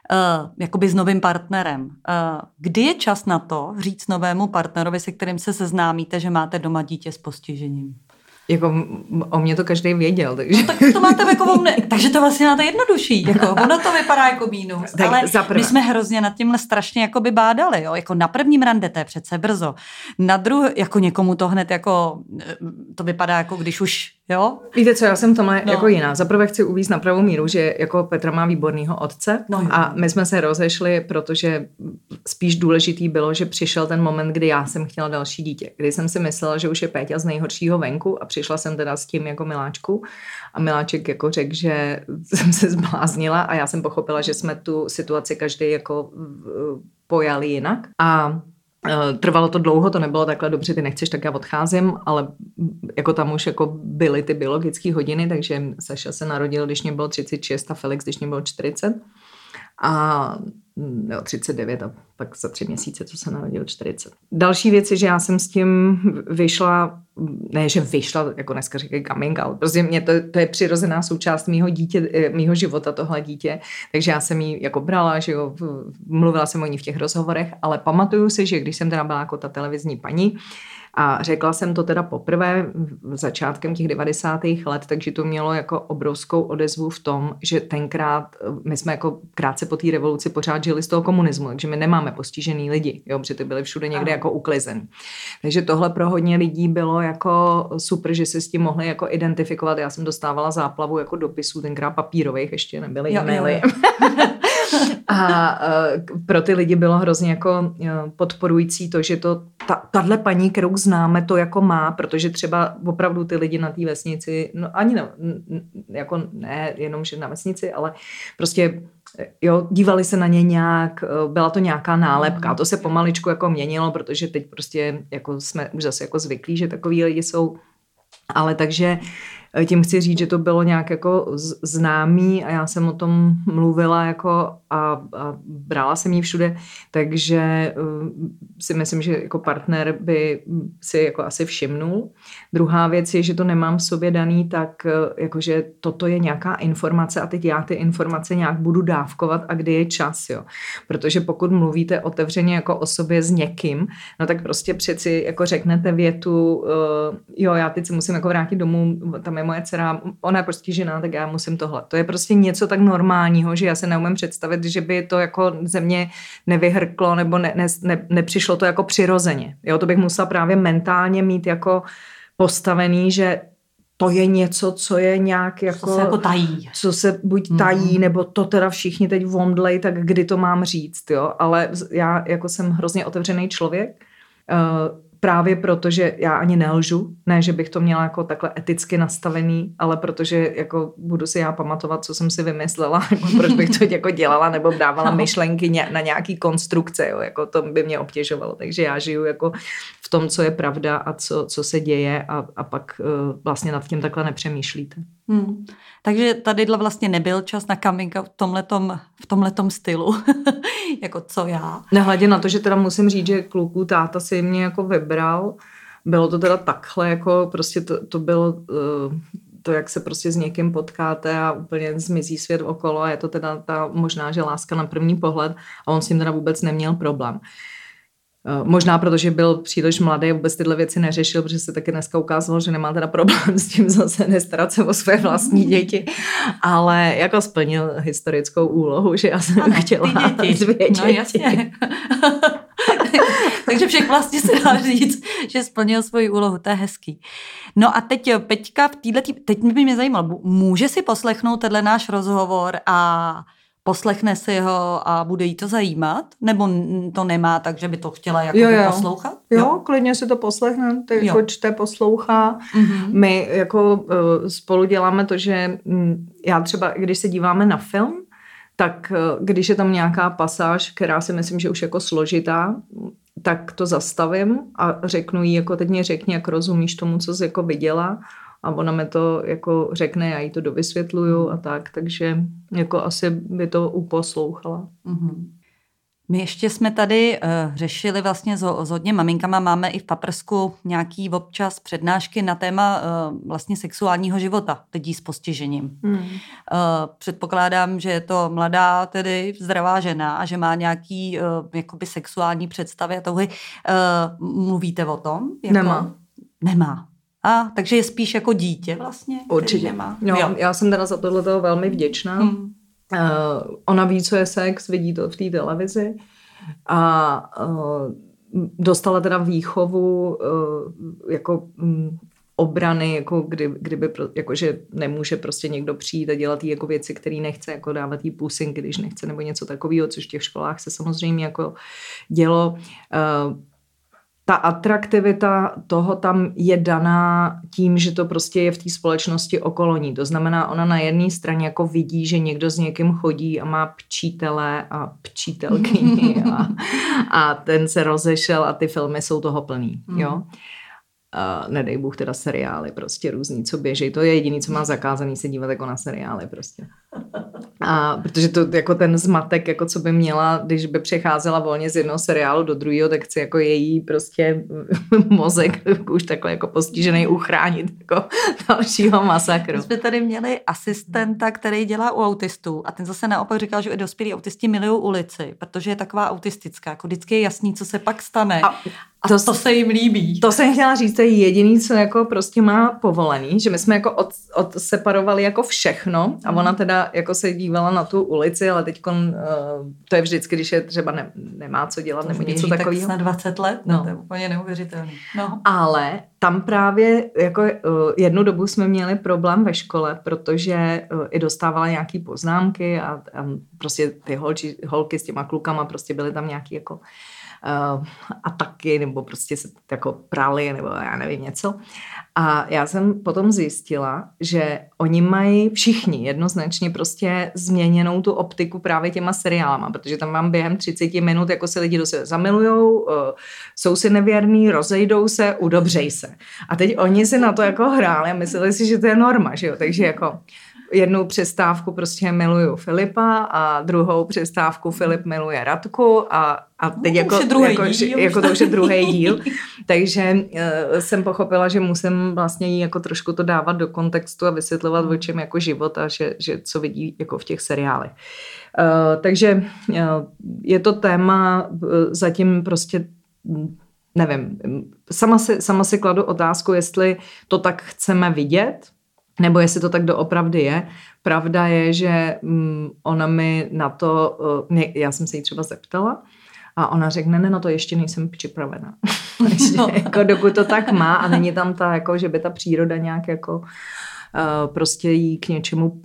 jakoby s novým partnerem. Kdy je čas na to říct novému partnerovi, se kterým se seznámíte, že máte doma dítě s postižením? Jako o mě to každý věděl, takže... No, tak to máte jako takže to vlastně máte jednodušší. Jako, ono to vypadá jako mínus. Tak ale my jsme hrozně nad tímhle strašně jako by bádali. Jo? Jako na prvním rande to je přece brzo. Na druhé, jako někomu to hned jako, to vypadá jako když už, jo? Víte co, já jsem tomhle jako jiná. Zaprvé chci uvést na pravou míru, že jako Petra má výbornýho otce a my jsme se rozešli, protože spíš důležitý bylo, že přišel ten moment, kdy já jsem chtěla další dítě. Kdy jsem si myslela, že už je Péťa z nejhoršího venku a přišla jsem teda s tím jako Miláčku a Miláček jako řekl, že jsem se zbláznila a já jsem pochopila, že jsme tu situaci každý jako pojali jinak a trvalo to dlouho, to nebylo takhle dobře, ty nechceš, tak já odcházím, ale jako tam už jako byly ty biologické hodiny, takže Saša se narodil, když mě bylo 36 a Felix, když mě bylo 40 a 39 a pak za 3 měsíce, co se narodil 40. Další věc je, že já jsem s tím vyšla, ne, že vyšla, jako dneska říkají coming out, prostě mě to je přirozená součást mýho života, tohle dítě, takže já jsem ji jako brala, že jo, mluvila jsem o ní v těch rozhovorech, ale pamatuju si, že když jsem teda byla jako ta televizní paní, a řekla jsem to teda poprvé začátkem těch 90. let, takže to mělo jako obrovskou odezvu v tom, že tenkrát my jsme jako krátce po té revoluci pořád žili z toho komunismu, takže my nemáme postižený lidi, jo, protože ty byly všude někde jako uklizený. Takže tohle pro hodně lidí bylo jako super, že se s tím mohli jako identifikovat. Já jsem dostávala záplavu jako dopisů, tenkrát papírových, ještě nebyly e-maily. A pro ty lidi bylo hrozně jako podporující to, že tahle paní, kterou známe, to jako má, protože třeba opravdu ty lidi na té vesnici, no ani jako ne jenom, že na vesnici, ale prostě jo, dívali se na ně nějak, byla to nějaká nálepka a to se pomaličku jako měnilo, protože teď prostě jako jsme už zase jako zvyklí, že takový lidi jsou, ale takže tím chci říct, že to bylo nějak jako známý a já jsem o tom mluvila jako a brala jsem ji všude, takže si myslím, že jako partner by si jako asi všimnul. Druhá věc je, že to nemám v sobě daný, tak jakože toto je nějaká informace a teď já ty informace nějak budu dávkovat a kdy je čas, jo. Protože pokud mluvíte otevřeně jako o sobě s někým, no tak prostě přeci jako řeknete větu, jo, já teď si musím jako vrátit domů, tam je moje dcera, ona je postižená, tak já musím tohle. To je prostě něco tak normálního, že já se neumím představit, že by to jako ze mě nevyhrklo nebo nepřišlo to jako přirozeně. Jo, to bych musela právě mentálně mít jako postavený, že to je něco, co je nějak jako... Co se jako tají. Co se buď tají, nebo to teda všichni teď vomdlej, tak kdy to mám říct, jo. Ale já jako jsem hrozně otevřený člověk, právě proto, že já ani nelžu, ne, že bych to měla jako takhle eticky nastavený, ale protože jako budu si já pamatovat, co jsem si vymyslela, jako proč bych to jako dělala, nebo dávala myšlenky na nějaký konstrukce, jo, jako to by mě obtěžovalo, takže já žiju jako v tom, co je pravda a co se děje a pak vlastně nad tím takhle nepřemýšlíte. Takže tadyhle vlastně nebyl čas na coming out v tomhletom stylu, jako co já. Nehledě na to, že teda musím říct, že kluků táta si mě jako vybral, bylo to teda takhle, jako prostě to bylo to, jak se prostě s někým potkáte a úplně zmizí svět okolo a je to teda ta možná, že láska na první pohled a on s tím teda vůbec neměl problém. Možná protože byl příliš mladý, vůbec tyhle věci neřešil, protože se taky dneska ukázalo, že nemá teda problém s tím zase nestarat se o své vlastní děti, ale jako splnil historickou úlohu, že já jsem chtěla 2 děti. No jasně. Takže všech vlastně se dá říct, že splnil svoji úlohu, to je hezký. No a teď Peťka, teď by mě zajímalo, může si poslechnout tenhle náš rozhovor a poslechne si ho a bude jí to zajímat? Nebo to nemá tak, že by to chtěla jako poslouchat? Jo, klidně si to poslechne, jako čte, poslouchá. Mm-hmm. My jako spolu děláme to, že já třeba, když se díváme na film, tak když je tam nějaká pasáž, která si myslím, že už jako složitá, tak to zastavím a řeknu jí, jako teď mě řekni, jak rozumíš tomu, co jsi jako viděla. A ona mi to jako řekne, já jí to dovysvětluju a tak, takže jako asi by to uposlouchala. Mm-hmm. My ještě jsme tady řešili vlastně s hodně maminkama, máme i v Paprsku nějaký občas přednášky na téma vlastně sexuálního života lidí s postižením. Předpokládám, že je to mladá, tedy zdravá žena a že má nějaký jakoby sexuální představy a touhy. Mluvíte o tom? Nemá. Takže je spíš jako dítě vlastně? Určitě. Nemá. No, já jsem teda za tohleto velmi vděčná. Ona ví, co je sex, vidí to v té televizi a dostala teda výchovu jako obrany, jako kdyby jako, že nemůže prostě někdo přijít a dělat jí jako věci, které nechce, jako dávat jí pusinky, když nechce, nebo něco takového, což v těch školách se samozřejmě jako dělo. Ta atraktivita toho tam je daná tím, že to prostě je v té společnosti okolo ní. To znamená, ona na jedné straně jako vidí, že někdo s někým chodí a má pčítele a pčítelkyni a ten se rozešel a ty filmy jsou toho plný, jo. Nedej Bůh teda seriály prostě různý, co běží. To je jediný, co má zakázaný se dívat jako na seriály prostě. A protože to jako ten zmatek, jako co by měla, když by přecházela volně z jednoho seriálu do druhého, tak chci jako její prostě mozek už takhle jako postižený uchránit jako dalšího masakru. My jsme tady měli asistenta, který dělá u autistů a ten zase naopak říkal, že i dospělí autisti milují ulici, protože je taková autistická. Jako vždycky je jasný, co se pak stane. A to se jim líbí. To jsem chtěla říct, to je jediný, co jako prostě má povolený, že my jsme jako odseparovali jako všechno a ona teda jako se dívala na tu ulici, ale teďkon to je vždycky, když je třeba nemá co dělat nebo něco takového. Tak na 20 let, no. To je úplně neuvěřitelné. No. Ale tam právě jako jednu dobu jsme měli problém ve škole, protože i dostávala nějaký poznámky a prostě ty holky s těma klukama prostě byly tam nějaký jako ataky, nebo prostě se jako prali, nebo já nevím něco. A já jsem potom zjistila, že oni mají všichni jednoznačně prostě změněnou tu optiku právě těma seriálama, protože tam mám během 30 minut, jako se lidi do sebe zamilujou, jsou si nevěrní, rozejdou se, udobřej se. A teď oni si na to jako hráli a mysleli si, že to je norma, že jo, takže jako jednou přestávku prostě miluju Filipa a druhou přestávku Filip miluje Radku a teď to už je druhý díl. Takže jsem pochopila, že musím vlastně jí jako trošku to dávat do kontextu a vysvětlovat, o čem jako život a že co vidí jako v těch seriálech. Takže je to téma zatím prostě nevím. Sama si kladu otázku, jestli to tak chceme vidět, nebo jestli to tak doopravdy je. Pravda je, že ona mi na to, já jsem se jí třeba zeptala a ona řekne, ne, na to ještě nejsem připravena. No. Jako, dokud to tak má a není tam ta, jako, že by ta příroda nějak jako prostě jí k něčemu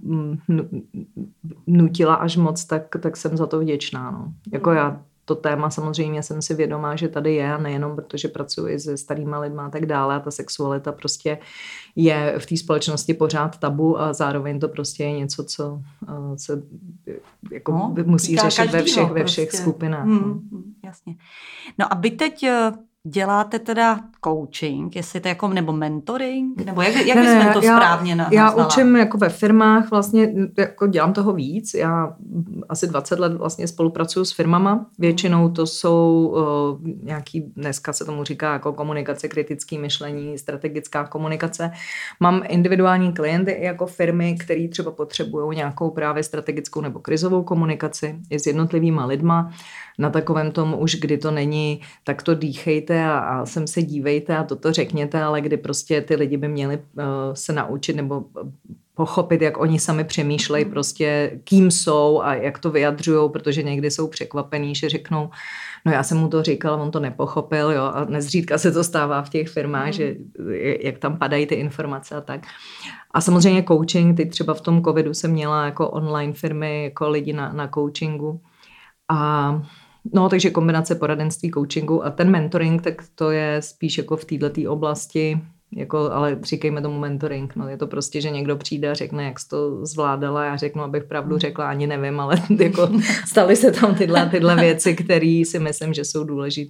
nutila až moc, tak jsem za to vděčná. No. Jako já to téma samozřejmě jsem si vědomá, že tady je a nejenom protože pracuji se starýma lidma a tak dále a ta sexualita prostě je v té společnosti pořád tabu a zároveň to prostě je něco, co se jako musí řešit ve všech skupinách. Jasně. No a vy teď děláte teda coaching, jestli to jako, nebo mentoring, nebo jak bychom to správně nazvala? Já učím jako ve firmách, vlastně jako dělám toho víc, já asi 20 let vlastně spolupracuju s firmama, většinou to jsou nějaký, dneska se tomu říká jako komunikace, kritické myšlení, strategická komunikace. Mám individuální klienty i jako firmy, který třeba potřebují nějakou právě strategickou nebo krizovou komunikaci i s jednotlivýma lidma, na takovém tom už, kdy to není, tak to dýchejte a sem se dívejte a toto řekněte, ale kdy prostě ty lidi by měli se naučit nebo pochopit, jak oni sami přemýšlejí prostě, kým jsou a jak to vyjadřujou, protože někdy jsou překvapení, že řeknou, no já jsem mu to říkal, on to nepochopil, jo, a nezřídka se to stává v těch firmách, že jak tam padají ty informace a tak. A samozřejmě coaching, teď třeba v tom covidu jsem měla jako online firmy, jako lidi na coachingu a no, takže kombinace poradenství, coachingu a ten mentoring, tak to je spíš jako v této oblasti, jako, ale říkejme tomu mentoring, no je to prostě, že někdo přijde a řekne, jak jsi to zvládala, já řeknu, abych pravdu řekla, ani nevím, ale jako staly se tam tyhle věci, které si myslím, že jsou důležitý.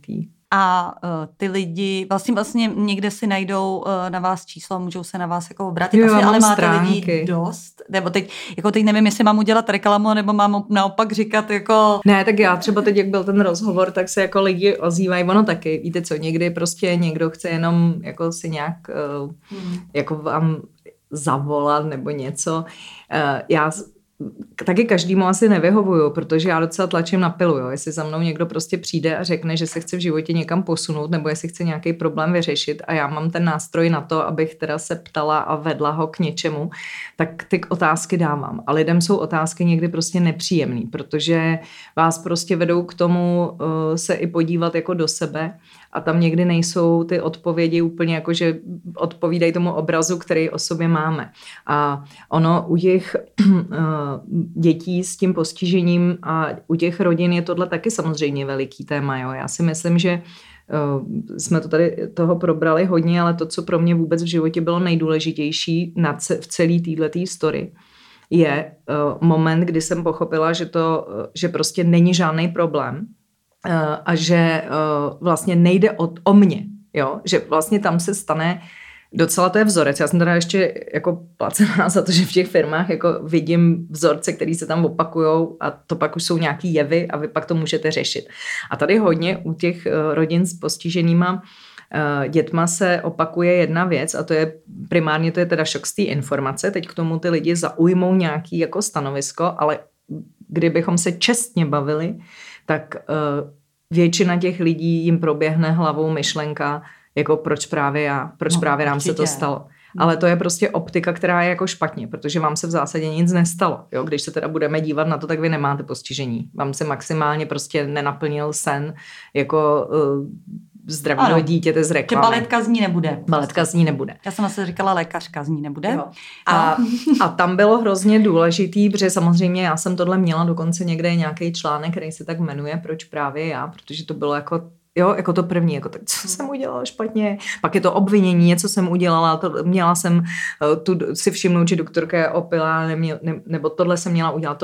A ty lidi vlastně někde si najdou na vás číslo, můžou se na vás jako obrátit. Jo, ale máte stránky. Lidí dost? Nebo teď nevím, jestli mám udělat reklamu, nebo mám naopak říkat jako... Ne, tak já třeba teď, jak byl ten rozhovor, tak se jako lidi ozývají, ono taky, víte co, někdy prostě někdo chce jenom jako si nějak jako vám zavolat nebo něco. Já taky každému asi nevyhovuju, protože já docela tlačím na pilu, jo. Jestli za mnou někdo prostě přijde a řekne, že se chce v životě někam posunout, nebo jestli chce nějaký problém vyřešit a já mám ten nástroj na to, abych teda se ptala a vedla ho k něčemu, tak ty otázky dávám. A lidem jsou otázky někdy prostě nepříjemný, protože vás prostě vedou k tomu se i podívat jako do sebe a tam někdy nejsou ty odpovědi úplně jako, že odpovídají tomu obrazu, který o sobě máme. A ono u těch dětí s tím postižením a u těch rodin je tohle taky samozřejmě veliký téma. Jo. Já si myslím, že jsme to tady toho probrali hodně, ale to, co pro mě vůbec v životě bylo nejdůležitější v celé této story, je moment, kdy jsem pochopila, že prostě není žádný problém a že vlastně nejde o mě. Jo? Že vlastně tam se stane docela to je vzorec. Já jsem teda ještě jako placená za to, že v těch firmách jako vidím vzorce, které se tam opakujou a to pak už jsou nějaký jevy a vy pak to můžete řešit. A tady hodně u těch rodin s postiženýma dětma se opakuje jedna věc a to je primárně to je teda šok z té informace. Teď k tomu ty lidi zaujmou nějaký jako stanovisko, ale kdybychom se čestně bavili, tak většina těch lidí jim proběhne hlavou myšlenka jako proč právě já, proč právě nám se to stalo. Ale to je prostě optika, která je jako špatně, protože vám se v zásadě nic nestalo. Jo? Když se teda budeme dívat na to, tak vy nemáte postižení. Vám se maximálně prostě nenaplnil sen jako zdravého dítěte z reklamy. Že baletka z ní nebude. Baletka z ní nebude. Já jsem asi říkala lékařka z ní nebude. Jo. A tam bylo hrozně důležitý, protože samozřejmě já jsem tohle měla dokonce někde nějaký článek, který se tak jmenuje Proč právě já, protože to bylo jako jako to první, jako tak, co jsem udělala špatně, pak je to obvinění, něco jsem udělala, měla jsem tu si všimnout, že doktorka je opilá, nebo tohle jsem měla udělat.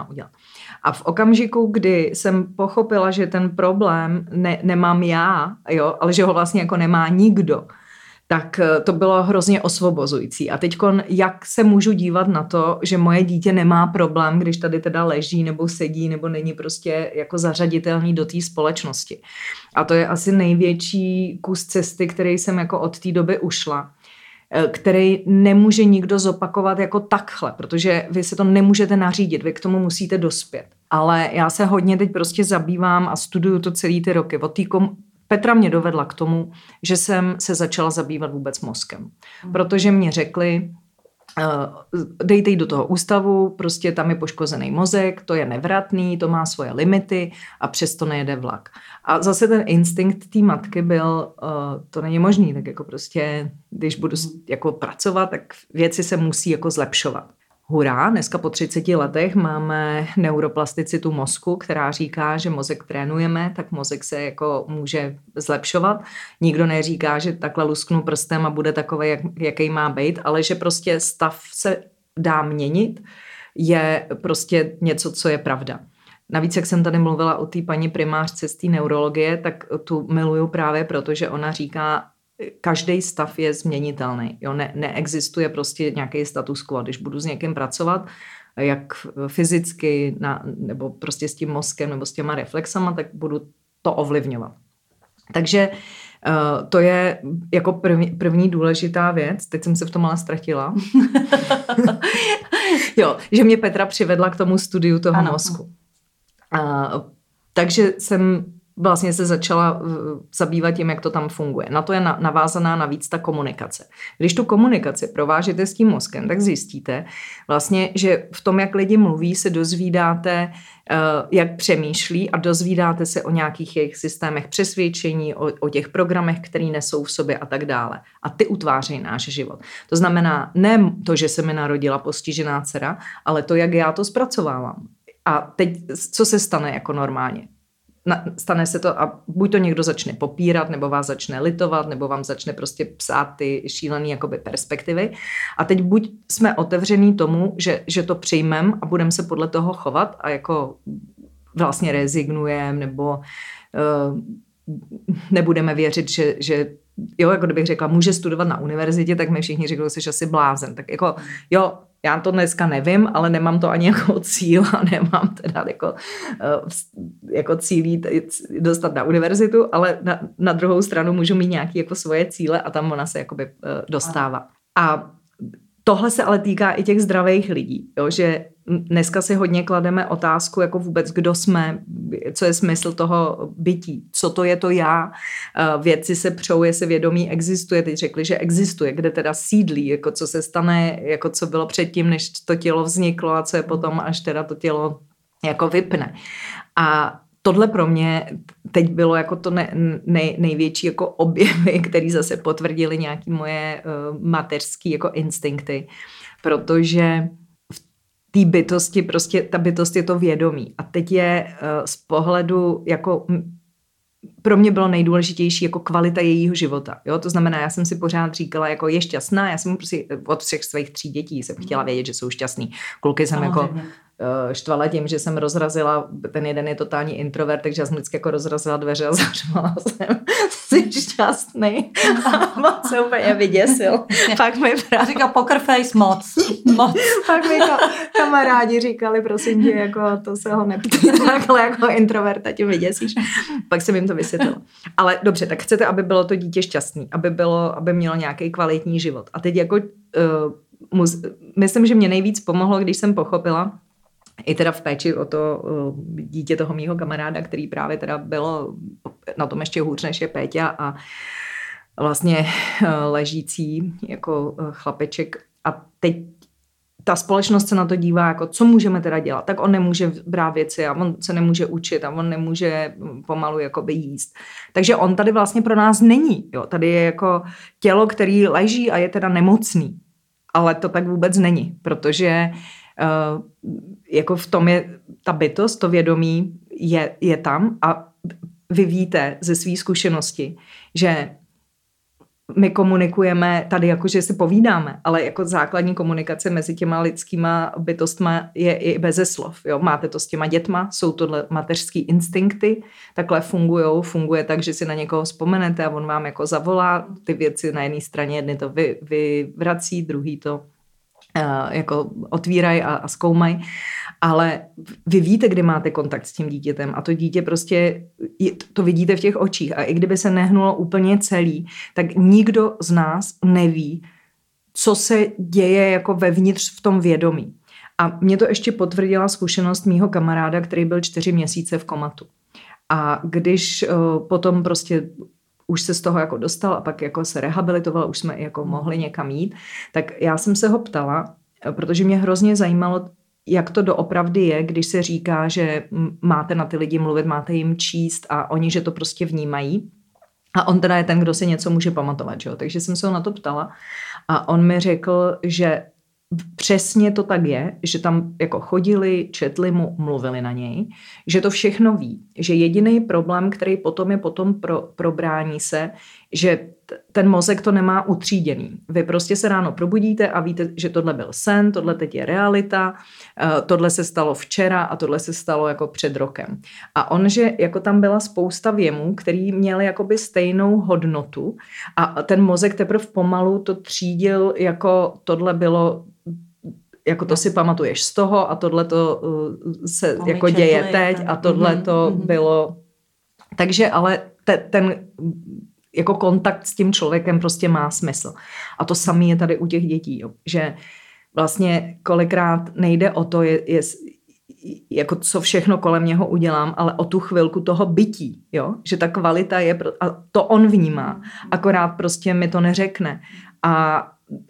A v okamžiku, kdy jsem pochopila, že ten problém nemám já, jo, ale že ho vlastně jako nemá nikdo, tak to bylo hrozně osvobozující. A teďkon, jak se můžu dívat na to, že moje dítě nemá problém, když tady teda leží nebo sedí, nebo není prostě jako zařaditelný do té společnosti. A to je asi největší kus cesty, který jsem jako od té doby ušla, který nemůže nikdo zopakovat jako takhle, protože vy se to nemůžete nařídit, vy k tomu musíte dospět. Ale já se hodně teď prostě zabývám a studuju to celý ty roky. Petra mě dovedla k tomu, že jsem se začala zabývat vůbec mozkem. Protože mě řekli, dejte jí do toho ústavu, prostě tam je poškozený mozek, to je nevratný, to má svoje limity a přesto nejede vlak. A zase ten instinkt té matky byl, to není možný, tak jako prostě, když budu jako pracovat, tak věci se musí jako zlepšovat. Hurá, dneska po 30 letech máme neuroplasticitu mozku, která říká, že mozek trénujeme, tak mozek se jako může zlepšovat. Nikdo neříká, že takhle lusknu prstem a bude takový, jaký má být, ale že prostě stav se dá měnit, je prostě něco, co je pravda. Navíc, jak jsem tady mluvila o té paní primářce z té neurologie, tak tu miluju právě proto, že ona říká, každý stav je změnitelný. Jo? Neexistuje prostě nějaký status quo. Když budu s někým pracovat, jak fyzicky, nebo prostě s tím mozkem, nebo s těma reflexama, tak budu to ovlivňovat. Takže to je jako první důležitá věc. Teď jsem se v tom ale ztratila. Jo, že mě Petra přivedla k tomu studiu toho mozku. Takže jsem vlastně se začala zabývat tím, jak to tam funguje. Na to je navázaná navíc ta komunikace. Když tu komunikaci provážete s tím mozkem, tak zjistíte vlastně, že v tom, jak lidi mluví, se dozvídáte, jak přemýšlí a dozvídáte se o nějakých jejich systémech přesvědčení, o těch programech, které nesou v sobě a tak dále. A ty utvářejí náš život. To znamená ne to, že se mi narodila postižená dcera, ale to, jak já to zpracovávám. A teď, co se stane jako normálně? Stane se to a buď to někdo začne popírat, nebo vás začne litovat, nebo vám začne prostě psát ty šílený jakoby perspektivy. A teď buď jsme otevření tomu, že to přijmem a budeme se podle toho chovat a jako vlastně rezignujeme, nebo nebudeme věřit, že jo, jako kdybych řekla, může studovat na univerzitě, tak mi všichni řekli, že jsi asi blázen. Tak jako, jo, já to dneska nevím, ale nemám to ani jako cíl a nemám teda jako cílí dostat na univerzitu, ale na druhou stranu můžu mít nějaké jako svoje cíle a tam ona se jakoby dostává. A tohle se ale týká i těch zdravých lidí, jo, že dneska si hodně klademe otázku, jako vůbec, kdo jsme, co je smysl toho bytí, co to je to já. Vědci se přou, jestli vědomí existuje, teď řekli, že existuje, kde teda sídlí, jako co se stane, jako co bylo předtím, než to tělo vzniklo a co je potom, až teda to tělo jako vypne. A tohle pro mě teď bylo jako to největší jako objevy, které zase potvrdily nějaké moje mateřské jako instinkty, protože v té bytosti prostě ta bytost je to vědomí. A teď je z pohledu jako pro mě bylo nejdůležitější jako kvalita jejího života. Jo? To znamená, já jsem si pořád říkala, jako je šťastná, já jsem prostě od všech svých 3 dětí jsem chtěla vědět, že jsou šťastný. Kluky jsem jako štvala tím, že jsem rozrazila, ten jeden je totální introvert, takže já jsem vždycky jako rozrazila dveře a zařvala jsem, jsi šťastný. A moc se úplně vyděsil. Pak mi právě říkal poker face moc. Pak mi kamarádi říkali, prosím tě, jako to se ho neptej takhle jako introverta, tě vyděsíš. Pak jsem jim to vysvětlila. Ale dobře, tak chcete, aby bylo to dítě šťastný, aby mělo nějaký kvalitní život. A teď jako myslím, že mě nejvíc pomohlo, když jsem pochopila, i teda v péči o to dítě toho mýho kamaráda, který právě teda bylo na tom ještě hůř, než je Péťa a vlastně ležící jako chlapeček. A teď ta společnost se na to dívá, jako co můžeme teda dělat. Tak on nemůže brát věci a on se nemůže učit a on nemůže pomalu jakoby jíst. Takže on tady vlastně pro nás není. Jo? Tady je jako tělo, který leží a je teda nemocný. Ale to tak vůbec není, protože jako v tom je ta bytost, to vědomí je tam a vy víte ze své zkušenosti, že my komunikujeme tady jako, že si povídáme, ale jako základní komunikace mezi těma lidskýma bytostma je i beze slov. Jo? Máte to s těma dětma, jsou tohle mateřský instinkty, takhle funguje tak, že si na někoho vzpomenete a on vám jako zavolá ty věci na jedné straně, jedny to vyvrací, druhý to jako otvírají a zkoumají, ale vy víte, kdy máte kontakt s tím dítětem a to dítě prostě, to vidíte v těch očích a i kdyby se nehnulo úplně celý, tak nikdo z nás neví, co se děje jako vevnitř v tom vědomí. A mě to ještě potvrdila zkušenost mýho kamaráda, který byl 4 měsíce v komatu. A když potom prostě už se z toho jako dostal a pak jako se rehabilitoval, už jsme jako mohli někam jít, tak já jsem se ho ptala, protože mě hrozně zajímalo, jak to doopravdy je, když se říká, že máte na ty lidi mluvit, máte jim číst a oni, že to prostě vnímají. A on teda je ten, kdo si něco může pamatovat. Že? Takže jsem se ho na to ptala a on mi řekl, že přesně to tak je, že tam jako chodili, četli mu, mluvili na něj, že to všechno ví, že jediný problém, který potom je probrání se, že ten mozek to nemá utříděný. Vy prostě se ráno probudíte a víte, že tohle byl sen, tohle teď je realita, tohle se stalo včera a tohle se stalo jako před rokem. A on, že jako tam byla spousta věmů, který měly jakoby stejnou hodnotu a ten mozek teprve pomalu to třídil, jako tohle bylo, jako to si pamatuješ z toho a tohle to se jako děje teď a tohle to bylo. Takže ale ten jako kontakt s tím člověkem prostě má smysl. A to samé je tady u těch dětí, jo. Že vlastně kolikrát nejde o to, jako co všechno kolem něho udělám, ale o tu chvilku toho bytí, jo. Že ta kvalita je, a to on vnímá, akorát prostě mi to neřekne. A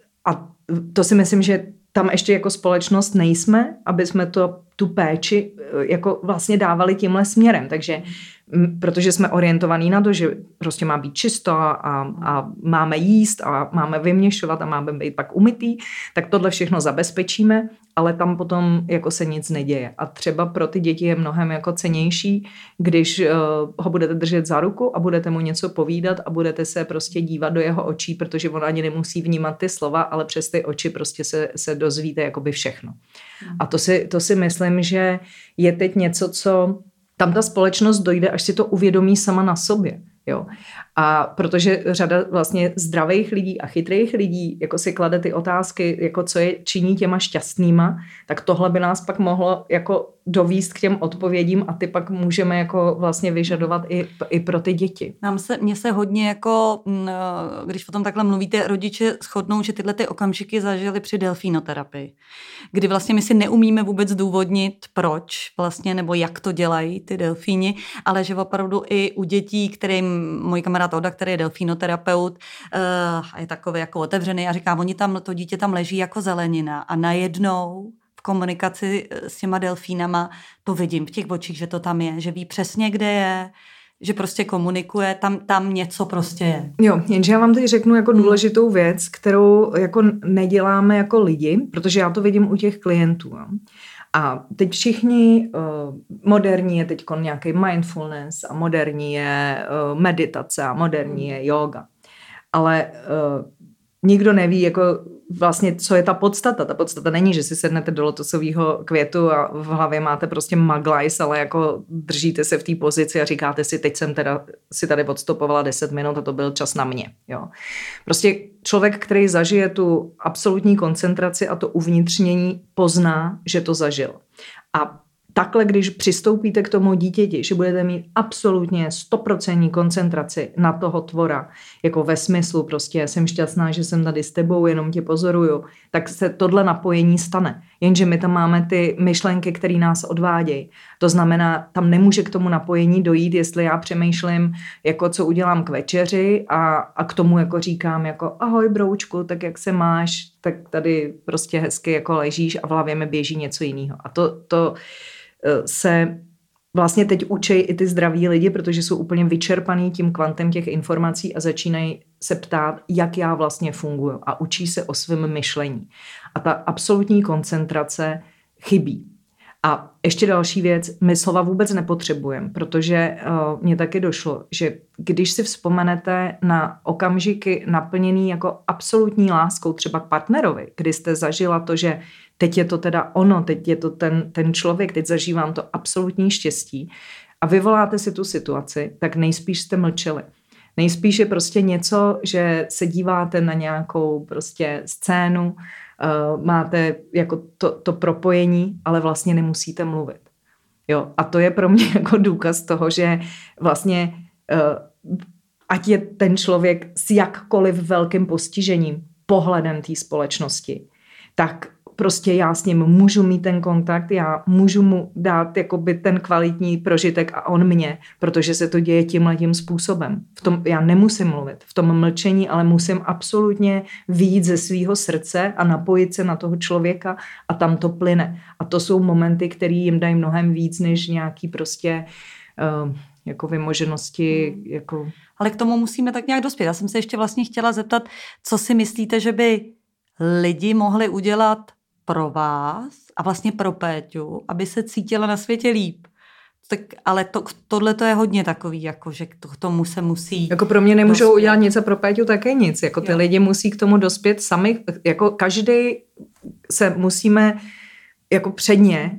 to si myslím, že tam ještě jako společnost nejsme, aby jsme tu péči jako vlastně dávali tímhle směrem. Takže protože jsme orientovaní na to, že prostě má být čisto a máme jíst a máme vyměšovat a máme být pak umytý, tak tohle všechno zabezpečíme, ale tam potom jako se nic neděje. A třeba pro ty děti je mnohem jako cennější, když ho budete držet za ruku a budete mu něco povídat a budete se prostě dívat do jeho očí, protože on ani nemusí vnímat ty slova, ale přes ty oči prostě se dozvíte jakoby všechno. A to si myslím, že je teď něco, co tam ta společnost dojde, až si to uvědomí sama na sobě. Jo. A protože řada vlastně zdravých lidí a chytrých lidí jako si klade ty otázky, jako co je činí těma šťastnýma, tak tohle by nás pak mohlo jako dovíst k těm odpovědím a ty pak můžeme jako vlastně vyžadovat i pro ty děti. Mně se hodně jako, když o tom takhle mluvíte, rodiče shodnou, že tyhle ty okamžiky zažili při delfínoterapii, kdy vlastně my si neumíme vůbec zdůvodnit, proč vlastně, nebo jak to dělají ty delfíni, ale že opravdu i u dětí, kterým můj kamarád Oda, který je delfínoterapeut, je takový jako otevřený a říká, to dítě tam leží jako zelenina a najednou v komunikaci s těma delfínama to vidím v těch očích, že to tam je, že ví přesně, kde je, že prostě komunikuje, tam něco prostě je. Jo, jenže já vám teď řeknu jako důležitou věc, kterou jako neděláme jako lidi, protože já to vidím u těch klientů. Jo. A teď všichni, moderní je teď nějaký mindfulness a moderní je meditace a moderní je yoga. Ale nikdo neví, jako vlastně, co je ta podstata. Ta podstata není, že si sednete do lotosového květu a v hlavě máte prostě maglajs, ale jako držíte se v té pozici a říkáte si, teď jsem teda si tady odstopovala 10 minut a to byl čas na mě. Jo. Prostě člověk, který zažije tu absolutní koncentraci a to uvnitřnění, pozná, že to zažil. A takhle, když přistoupíte k tomu dítěti, že budete mít absolutně 100% koncentraci na toho tvora, jako ve smyslu prostě jsem šťastná, že jsem tady s tebou, jenom tě pozoruju, tak se tohle napojení stane. Jenže my tam máme ty myšlenky, které nás odvádějí. To znamená, tam nemůže k tomu napojení dojít, jestli já přemýšlím, jako co udělám k večeři a k tomu jako říkám jako ahoj broučku, tak jak se máš, tak tady prostě hezky jako ležíš a v hlavě mi běží něco jiného. A to se vlastně teď učí i ty zdraví lidi, protože jsou úplně vyčerpaný tím kvantem těch informací a začínají se ptát, jak já vlastně funguju a učí se o svém myšlení. A ta absolutní koncentrace chybí. A ještě další věc, my slova vůbec nepotřebujeme, protože mně taky došlo, že když si vzpomenete na okamžiky naplněný jako absolutní láskou třeba k partnerovi, kdy jste zažila to, že teď je to teda ono, teď je to ten člověk, teď zažívám to absolutní štěstí a vyvoláte si tu situaci, tak nejspíš jste mlčeli. Nejspíš je prostě něco, že se díváte na nějakou prostě scénu, máte jako to propojení, ale vlastně nemusíte mluvit. Jo? A to je pro mě jako důkaz toho, že vlastně ať je ten člověk s jakkoliv velkým postižením, pohledem té společnosti, tak prostě já s ním můžu mít ten kontakt, já můžu mu dát jakoby ten kvalitní prožitek a on mě, protože se to děje tímhletím způsobem. V tom já nemusím mluvit, v tom mlčení, ale musím absolutně vyjít ze svého srdce a napojit se na toho člověka a tam to plyne. A to jsou momenty, které jim dají mnohem víc, než nějaký prostě jako vymoženosti. Jako... Ale k tomu musíme tak nějak dospět. Já jsem se ještě vlastně chtěla zeptat, co si myslíte, že by lidi mohli udělat pro vás a vlastně pro Péťu, aby se cítila na světě líp. Tak, ale tohle to je hodně takový, jako, že k tomu se musí... Jako pro mě nemůžou dospět. Udělat nic a pro Péťu také nic. Jako ty lidi musí k tomu dospět sami. Jako každý se musíme jako předně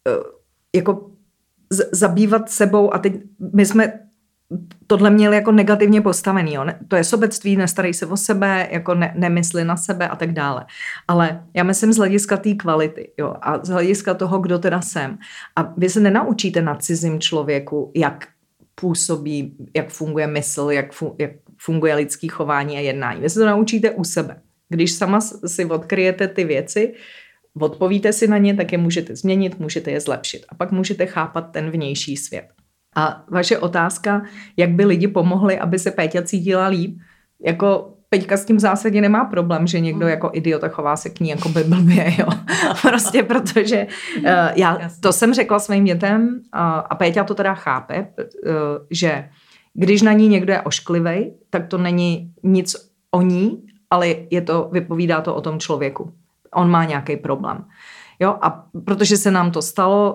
jako zabývat sebou a teď my jsme tohle měli jako negativně postavený. Jo. To je sobectví, nestarej se o sebe, jako nemysli na sebe a tak dále. Ale já myslím z hlediska té kvality, jo, a z hlediska toho, kdo teda jsem. A vy se nenaučíte na cizím člověku, jak působí, jak funguje mysl, jak funguje lidský chování a jednání. Vy se to naučíte u sebe. Když sama si odkryjete ty věci, odpovíte si na ně, tak je můžete změnit, můžete je zlepšit. A pak můžete chápat ten vnější svět. A vaše otázka, jak by lidi pomohli, aby se Péťa cítila líp, jako Peťka s tím v zásadě nemá problém, že někdo jako idiota chová se k ní jako by blbě, jo. Prostě protože to jsem řekla svým dětem a Péťa to teda chápe, že když na ní někdo je ošklivej, tak to není nic o ní, ale vypovídá to o tom člověku. On má nějaký problém. Jo, a protože se nám to stalo,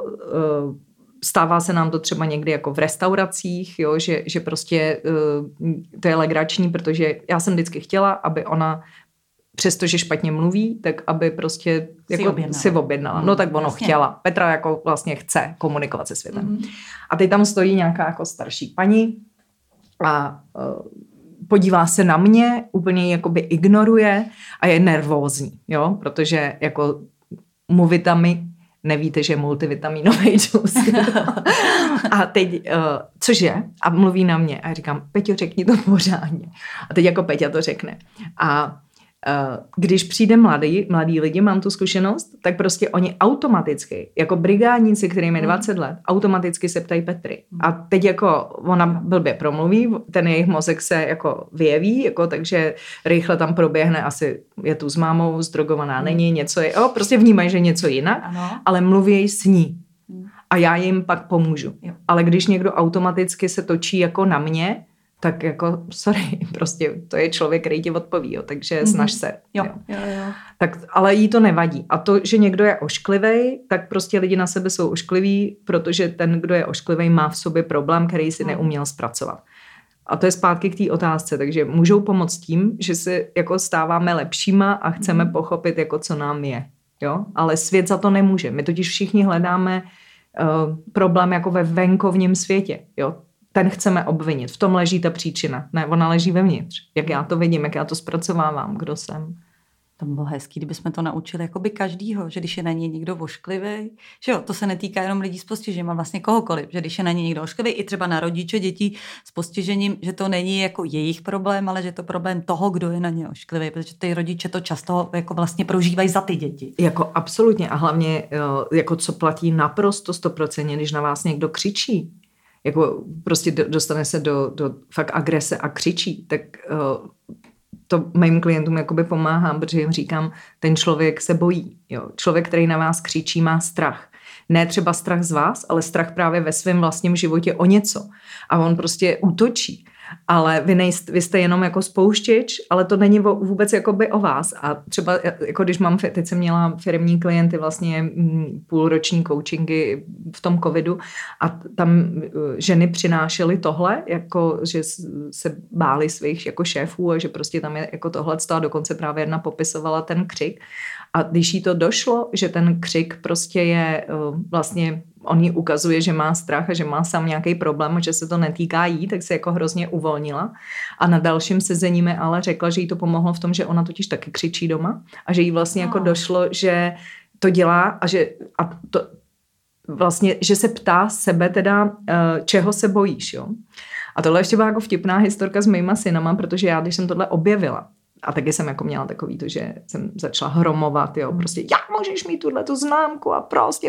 stává se nám to třeba někdy jako v restauracích, jo, že prostě to je legrační, protože já jsem vždycky chtěla, aby ona, přestože špatně mluví, tak aby prostě jako si objednala. No tak ono chtěla. Petra jako vlastně chce komunikovat se světem. A teď tam stojí nějaká jako starší paní a podívá se na mě, úplně jakoby ignoruje a je nervózní, jo, protože jako nevíte, že je multivitaminový džus. A teď, cože? A mluví na mě a říkám, Peťo, řekni to pořádně. A teď jako Peťa to řekne. A když přijde mladí lidi, mám tu zkušenost, tak prostě oni automaticky, jako brigádníci, kterým je 20 let, automaticky se ptají Petry. A teď jako ona blbě promluví, ten jejich mozek se jako vyjeví, jako, takže rychle tam proběhne asi je tu s mámou, zdrogovaná není, něco je, prostě vnímají, že něco jinak, ale mluví s ní. A já jim pak pomůžu. Ale když někdo automaticky se točí jako na mě, tak jako, sorry, prostě to je člověk, který ti odpoví, jo, takže snaž se. Jo. Tak, ale jí to nevadí. A to, že někdo je ošklivej, tak prostě lidi na sebe jsou oškliví, protože ten, kdo je ošklivej, má v sobě problém, který si neuměl zpracovat. A to je zpátky k té otázce, takže můžou pomoct tím, že se jako stáváme lepšíma a chceme pochopit, jako co nám je. Jo? Ale svět za to nemůže. My totiž všichni hledáme problém jako ve venkovním světě. Jo? Ten chceme obvinit. V tom leží ta příčina. Ne, ona leží vevnitř. Jak já to vidím, jak já to zpracovávám, kdo jsem. To by bylo hezký, kdybychom to naučili jakoby každýho, že když je na něj někdo ošklivý, že jo, to se netýká jenom lidí s postižením, ale vlastně kohokoliv, že když je na něj někdo ošklivý, i třeba na rodiče dětí s postižením, že to není jako jejich problém, ale že to problém toho, kdo je na ně ošklivý, protože ty rodiče to často jako vlastně prožívají za ty děti. Jako absolutně a hlavně jako co platí naprosto 100%, když na vás někdo křičí, jako prostě dostane se do fakt agrese a křičí, tak to mým klientům jakoby pomáhám, protože jim říkám, ten člověk se bojí. Jo. Člověk, který na vás křičí, má strach. Ne třeba strach z vás, ale strach právě ve svém vlastním životě o něco. A on prostě útočí. Ale vy jste jenom jako spouštěč, ale to není vůbec jakoby o vás. A třeba, jako když teď jsem měla firemní klienty vlastně půlroční coachingy v tom covidu a tam ženy přinášely tohle, jako že se bály svých jako šéfů a že prostě tam je jako tohle a dokonce právě jedna popisovala ten křik. A když jí to došlo, že ten křik prostě je vlastně, on jí ukazuje, že má strach a že má sám nějaký problém a že se to netýká jí, tak se jako hrozně uvolnila. A na dalším sezení mi ale řekla, že jí to pomohlo v tom, že ona totiž taky křičí doma a že jí vlastně jako došlo, že to dělá vlastně, že se ptá sebe teda, čeho se bojíš, jo. A tohle ještě byla jako vtipná historka s mýma synama, protože já, když jsem tohle objevila, a taky jsem jako měla takový to, že jsem začala hromovat, jo, prostě jak můžeš mít tuhletu známku a prostě.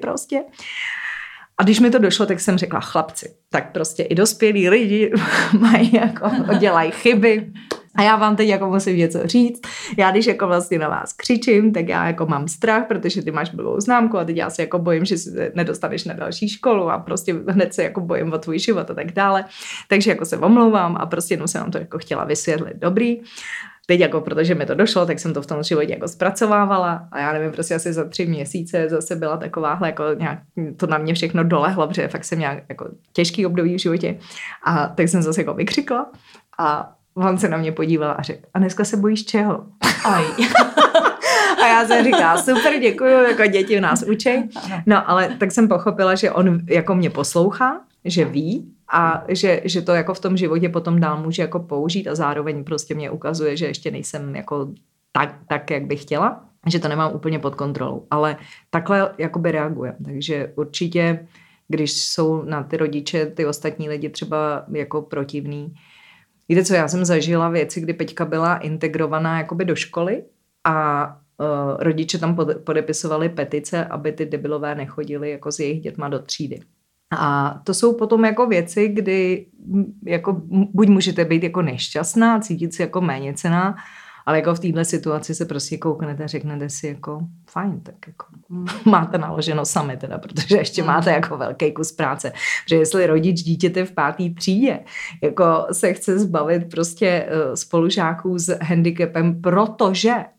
A když mi to došlo, tak jsem řekla, chlapci, tak prostě i dospělí lidi mají jako, dělají chyby a já vám teď jako musím něco říct. Já když jako vlastně na vás křičím, tak já jako mám strach, protože ty máš blbou známku a teď já se jako bojím, že se nedostaneš na další školu a prostě hned se jako bojím o tvůj život a tak dále. Takže jako se omlouvám a prostě jenom jsem vám to jako chtěla vysvětlit. Dobrý. Teď jako, protože mi to došlo, tak jsem to v tom životě jako zpracovávala a já nevím, prostě asi za 3 měsíce zase byla takováhle, jako nějak, to na mě všechno dolehlo, protože fakt jsem měla jako těžký období v životě a tak jsem zase jako vykřikla a on se na mě podíval a řekl, a dneska se bojíš čeho? Aj. A já jsem říkala, super, děkuju, jako děti nás učej. No, ale tak jsem pochopila, že on jako mě poslouchá, že ví a že to jako v tom životě potom dál může jako použít a zároveň prostě mě ukazuje, že ještě nejsem jako tak, jak bych chtěla, že to nemám úplně pod kontrolou, ale takhle jakoby reagujem. Takže určitě, když jsou na ty rodiče, ty ostatní lidi třeba jako protivný. Víte co, já jsem zažila věci, kdy Peťka byla integrovaná jakoby do školy a rodiče tam podepisovali petice, aby ty debilové nechodili jako s jejich dětma do třídy. A to jsou potom jako věci, kdy jako buď můžete být jako nešťastná, cítit si jako méněcenná, ale jako v téhle situaci se prostě kouknete a řeknete si jako fajn, tak jako máte naloženo sami teda, protože ještě máte jako velký kus práce. Protože jestli rodič dítěte v 5. třídě jako se chce zbavit prostě spolužáků s handicapem, protože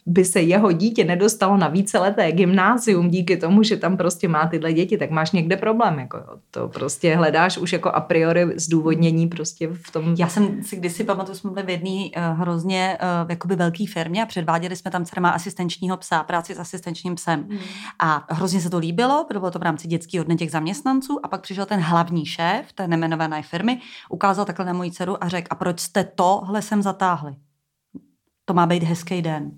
by se jeho dítě nedostalo na víceleté gymnázium díky tomu, že tam prostě má tyhle děti, tak máš někde problém. Jako, to prostě hledáš už jako a priori zdůvodnění prostě v tom. Já jsem si kdysi pamatuju, jsme byli v jedné hrozně jakoby velký firmě a předváděli jsme tam dcera má asistenčního psa, práci s asistenčním psem. A hrozně se to líbilo, bylo to v rámci dětského dne těch zaměstnanců a pak přišel ten hlavní šéf té nejmenované firmy, ukázal takhle na moji dceru a řekl, a proč jste tohle sem zatáhli? To má být hezký den.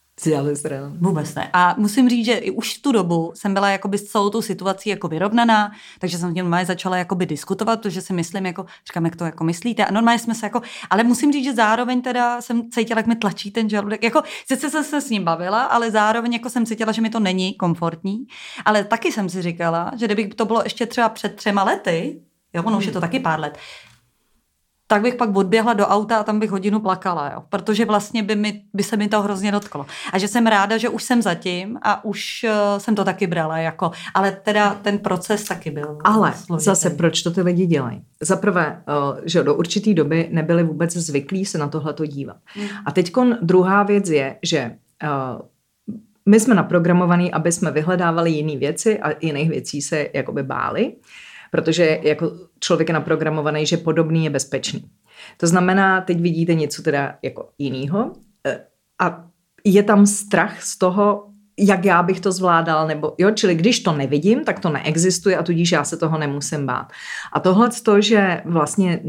Vůbec ne. A musím říct, že i už v tu dobu jsem byla jakoby s celou tou situací jako vyrovnaná, takže jsem s tím normálně začala jakoby diskutovat, protože si myslím, jako, říkám, jak to jako myslíte. A normálně jsme se jako, ale musím říct, že zároveň teda jsem cítila, jak mi tlačí ten žaludek. Jako, sice jsem se s ním bavila, ale zároveň jako jsem cítila, že mi to není komfortní. Ale taky jsem si říkala, že kdyby to bylo ještě třeba před 3 lety, jo, ono už je to taky pár let, tak bych pak odběhla do auta a tam bych hodinu plakala, jo? Protože vlastně by se mi to hrozně dotklo. A že jsem ráda, že už jsem zatím a už jsem to taky brala, jako, ale teda ten proces taky byl ale složitý. Zase, proč to ty lidi dělají? Za prvé, že do určitý doby nebyli vůbec zvyklí se na tohleto dívat. A teďkon druhá věc je, že my jsme naprogramovaní, aby jsme vyhledávali jiné věci a jiných věcí se jakoby báli, protože jako člověk je naprogramovaný, že podobný je bezpečný. To znamená, teď vidíte něco teda jako jinýho a je tam strach z toho, jak já bych to zvládal, nebo jo, čili když to nevidím, tak to neexistuje a tudíž já se toho nemusím bát. A tohle to, že vlastně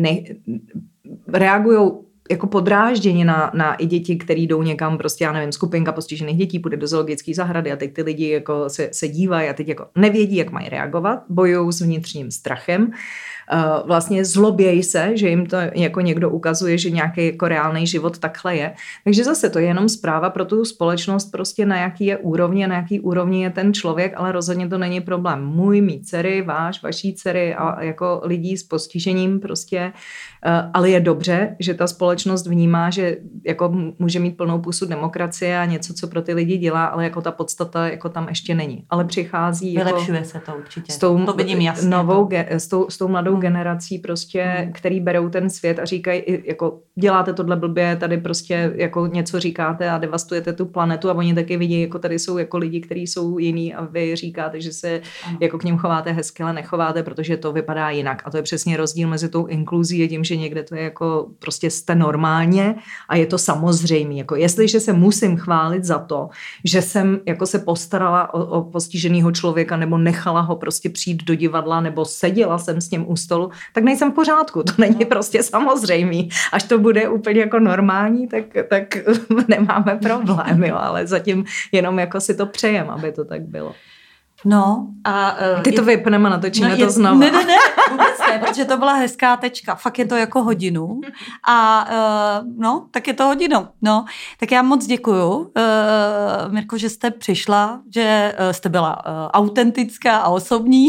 reagujou jako podráždění na i děti, který jdou někam, prostě já nevím, skupinka postižených dětí půjde do zoologické zahrady a teď ty lidi jako se dívají a teď jako nevědí, jak mají reagovat, bojují s vnitřním strachem, vlastně zlobějí se, že jim to jako někdo ukazuje, že nějaký jako reálný život takhle je. Takže zase to je jenom zpráva pro tu společnost prostě na jaký je úrovni a na jaký úrovni je ten člověk, ale rozhodně to není problém. Mý dcery, vaší dcery a jako lidí s postižením prostě, ale je dobře, že ta společnost vnímá, že jako může mít plnou pusu demokracie a něco, co pro ty lidi dělá, ale jako ta podstata jako tam ještě není. Ale přichází vylepšuje jako se to určitě. To vidím jasně. S tou mladou generací prostě, který berou ten svět a říkají, jako děláte tohle blbě, tady prostě jako něco říkáte a devastujete tu planetu a oni taky vidí, jako tady jsou jako lidi, kteří jsou jiní a vy říkáte, že se jako k nim chováte hezky, ale nechováte, protože to vypadá jinak. A to je přesně rozdíl mezi tou inkluzí a tím, že někde to je jako prostě jste normálně a je to samozřejmé. Jako jestliže se musím chválit za to, že jsem jako se postarala o postiženého člověka nebo nechala ho prostě přijít do divadla nebo seděla jsem s ním u stolu, tak nejsem v pořádku. To není prostě samozřejmý. Až to bude úplně jako normální, tak nemáme problém, jo, ale zatím jenom jako si to přejem, aby to tak bylo. No a... Ty to vypneme a natočíme to znovu. Ne, vůbec ne, protože to byla hezká tečka. Fakt je to jako hodinu. A no, tak je to hodinu. No, tak já moc děkuju, Mirko, že jste přišla, že jste byla autentická a osobní,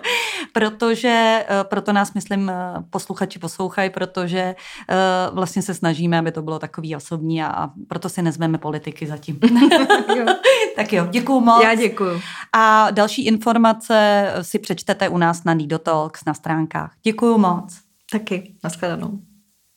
protože proto nás, myslím, posluchači poslouchají, protože vlastně se snažíme, aby to bylo takový osobní a proto si nezveme politiky zatím. Tak jo, děkuju moc. Já děkuju. A další informace si přečtete u nás na Nido Talks na stránkách. Děkuju moc. Taky. Nashledanou.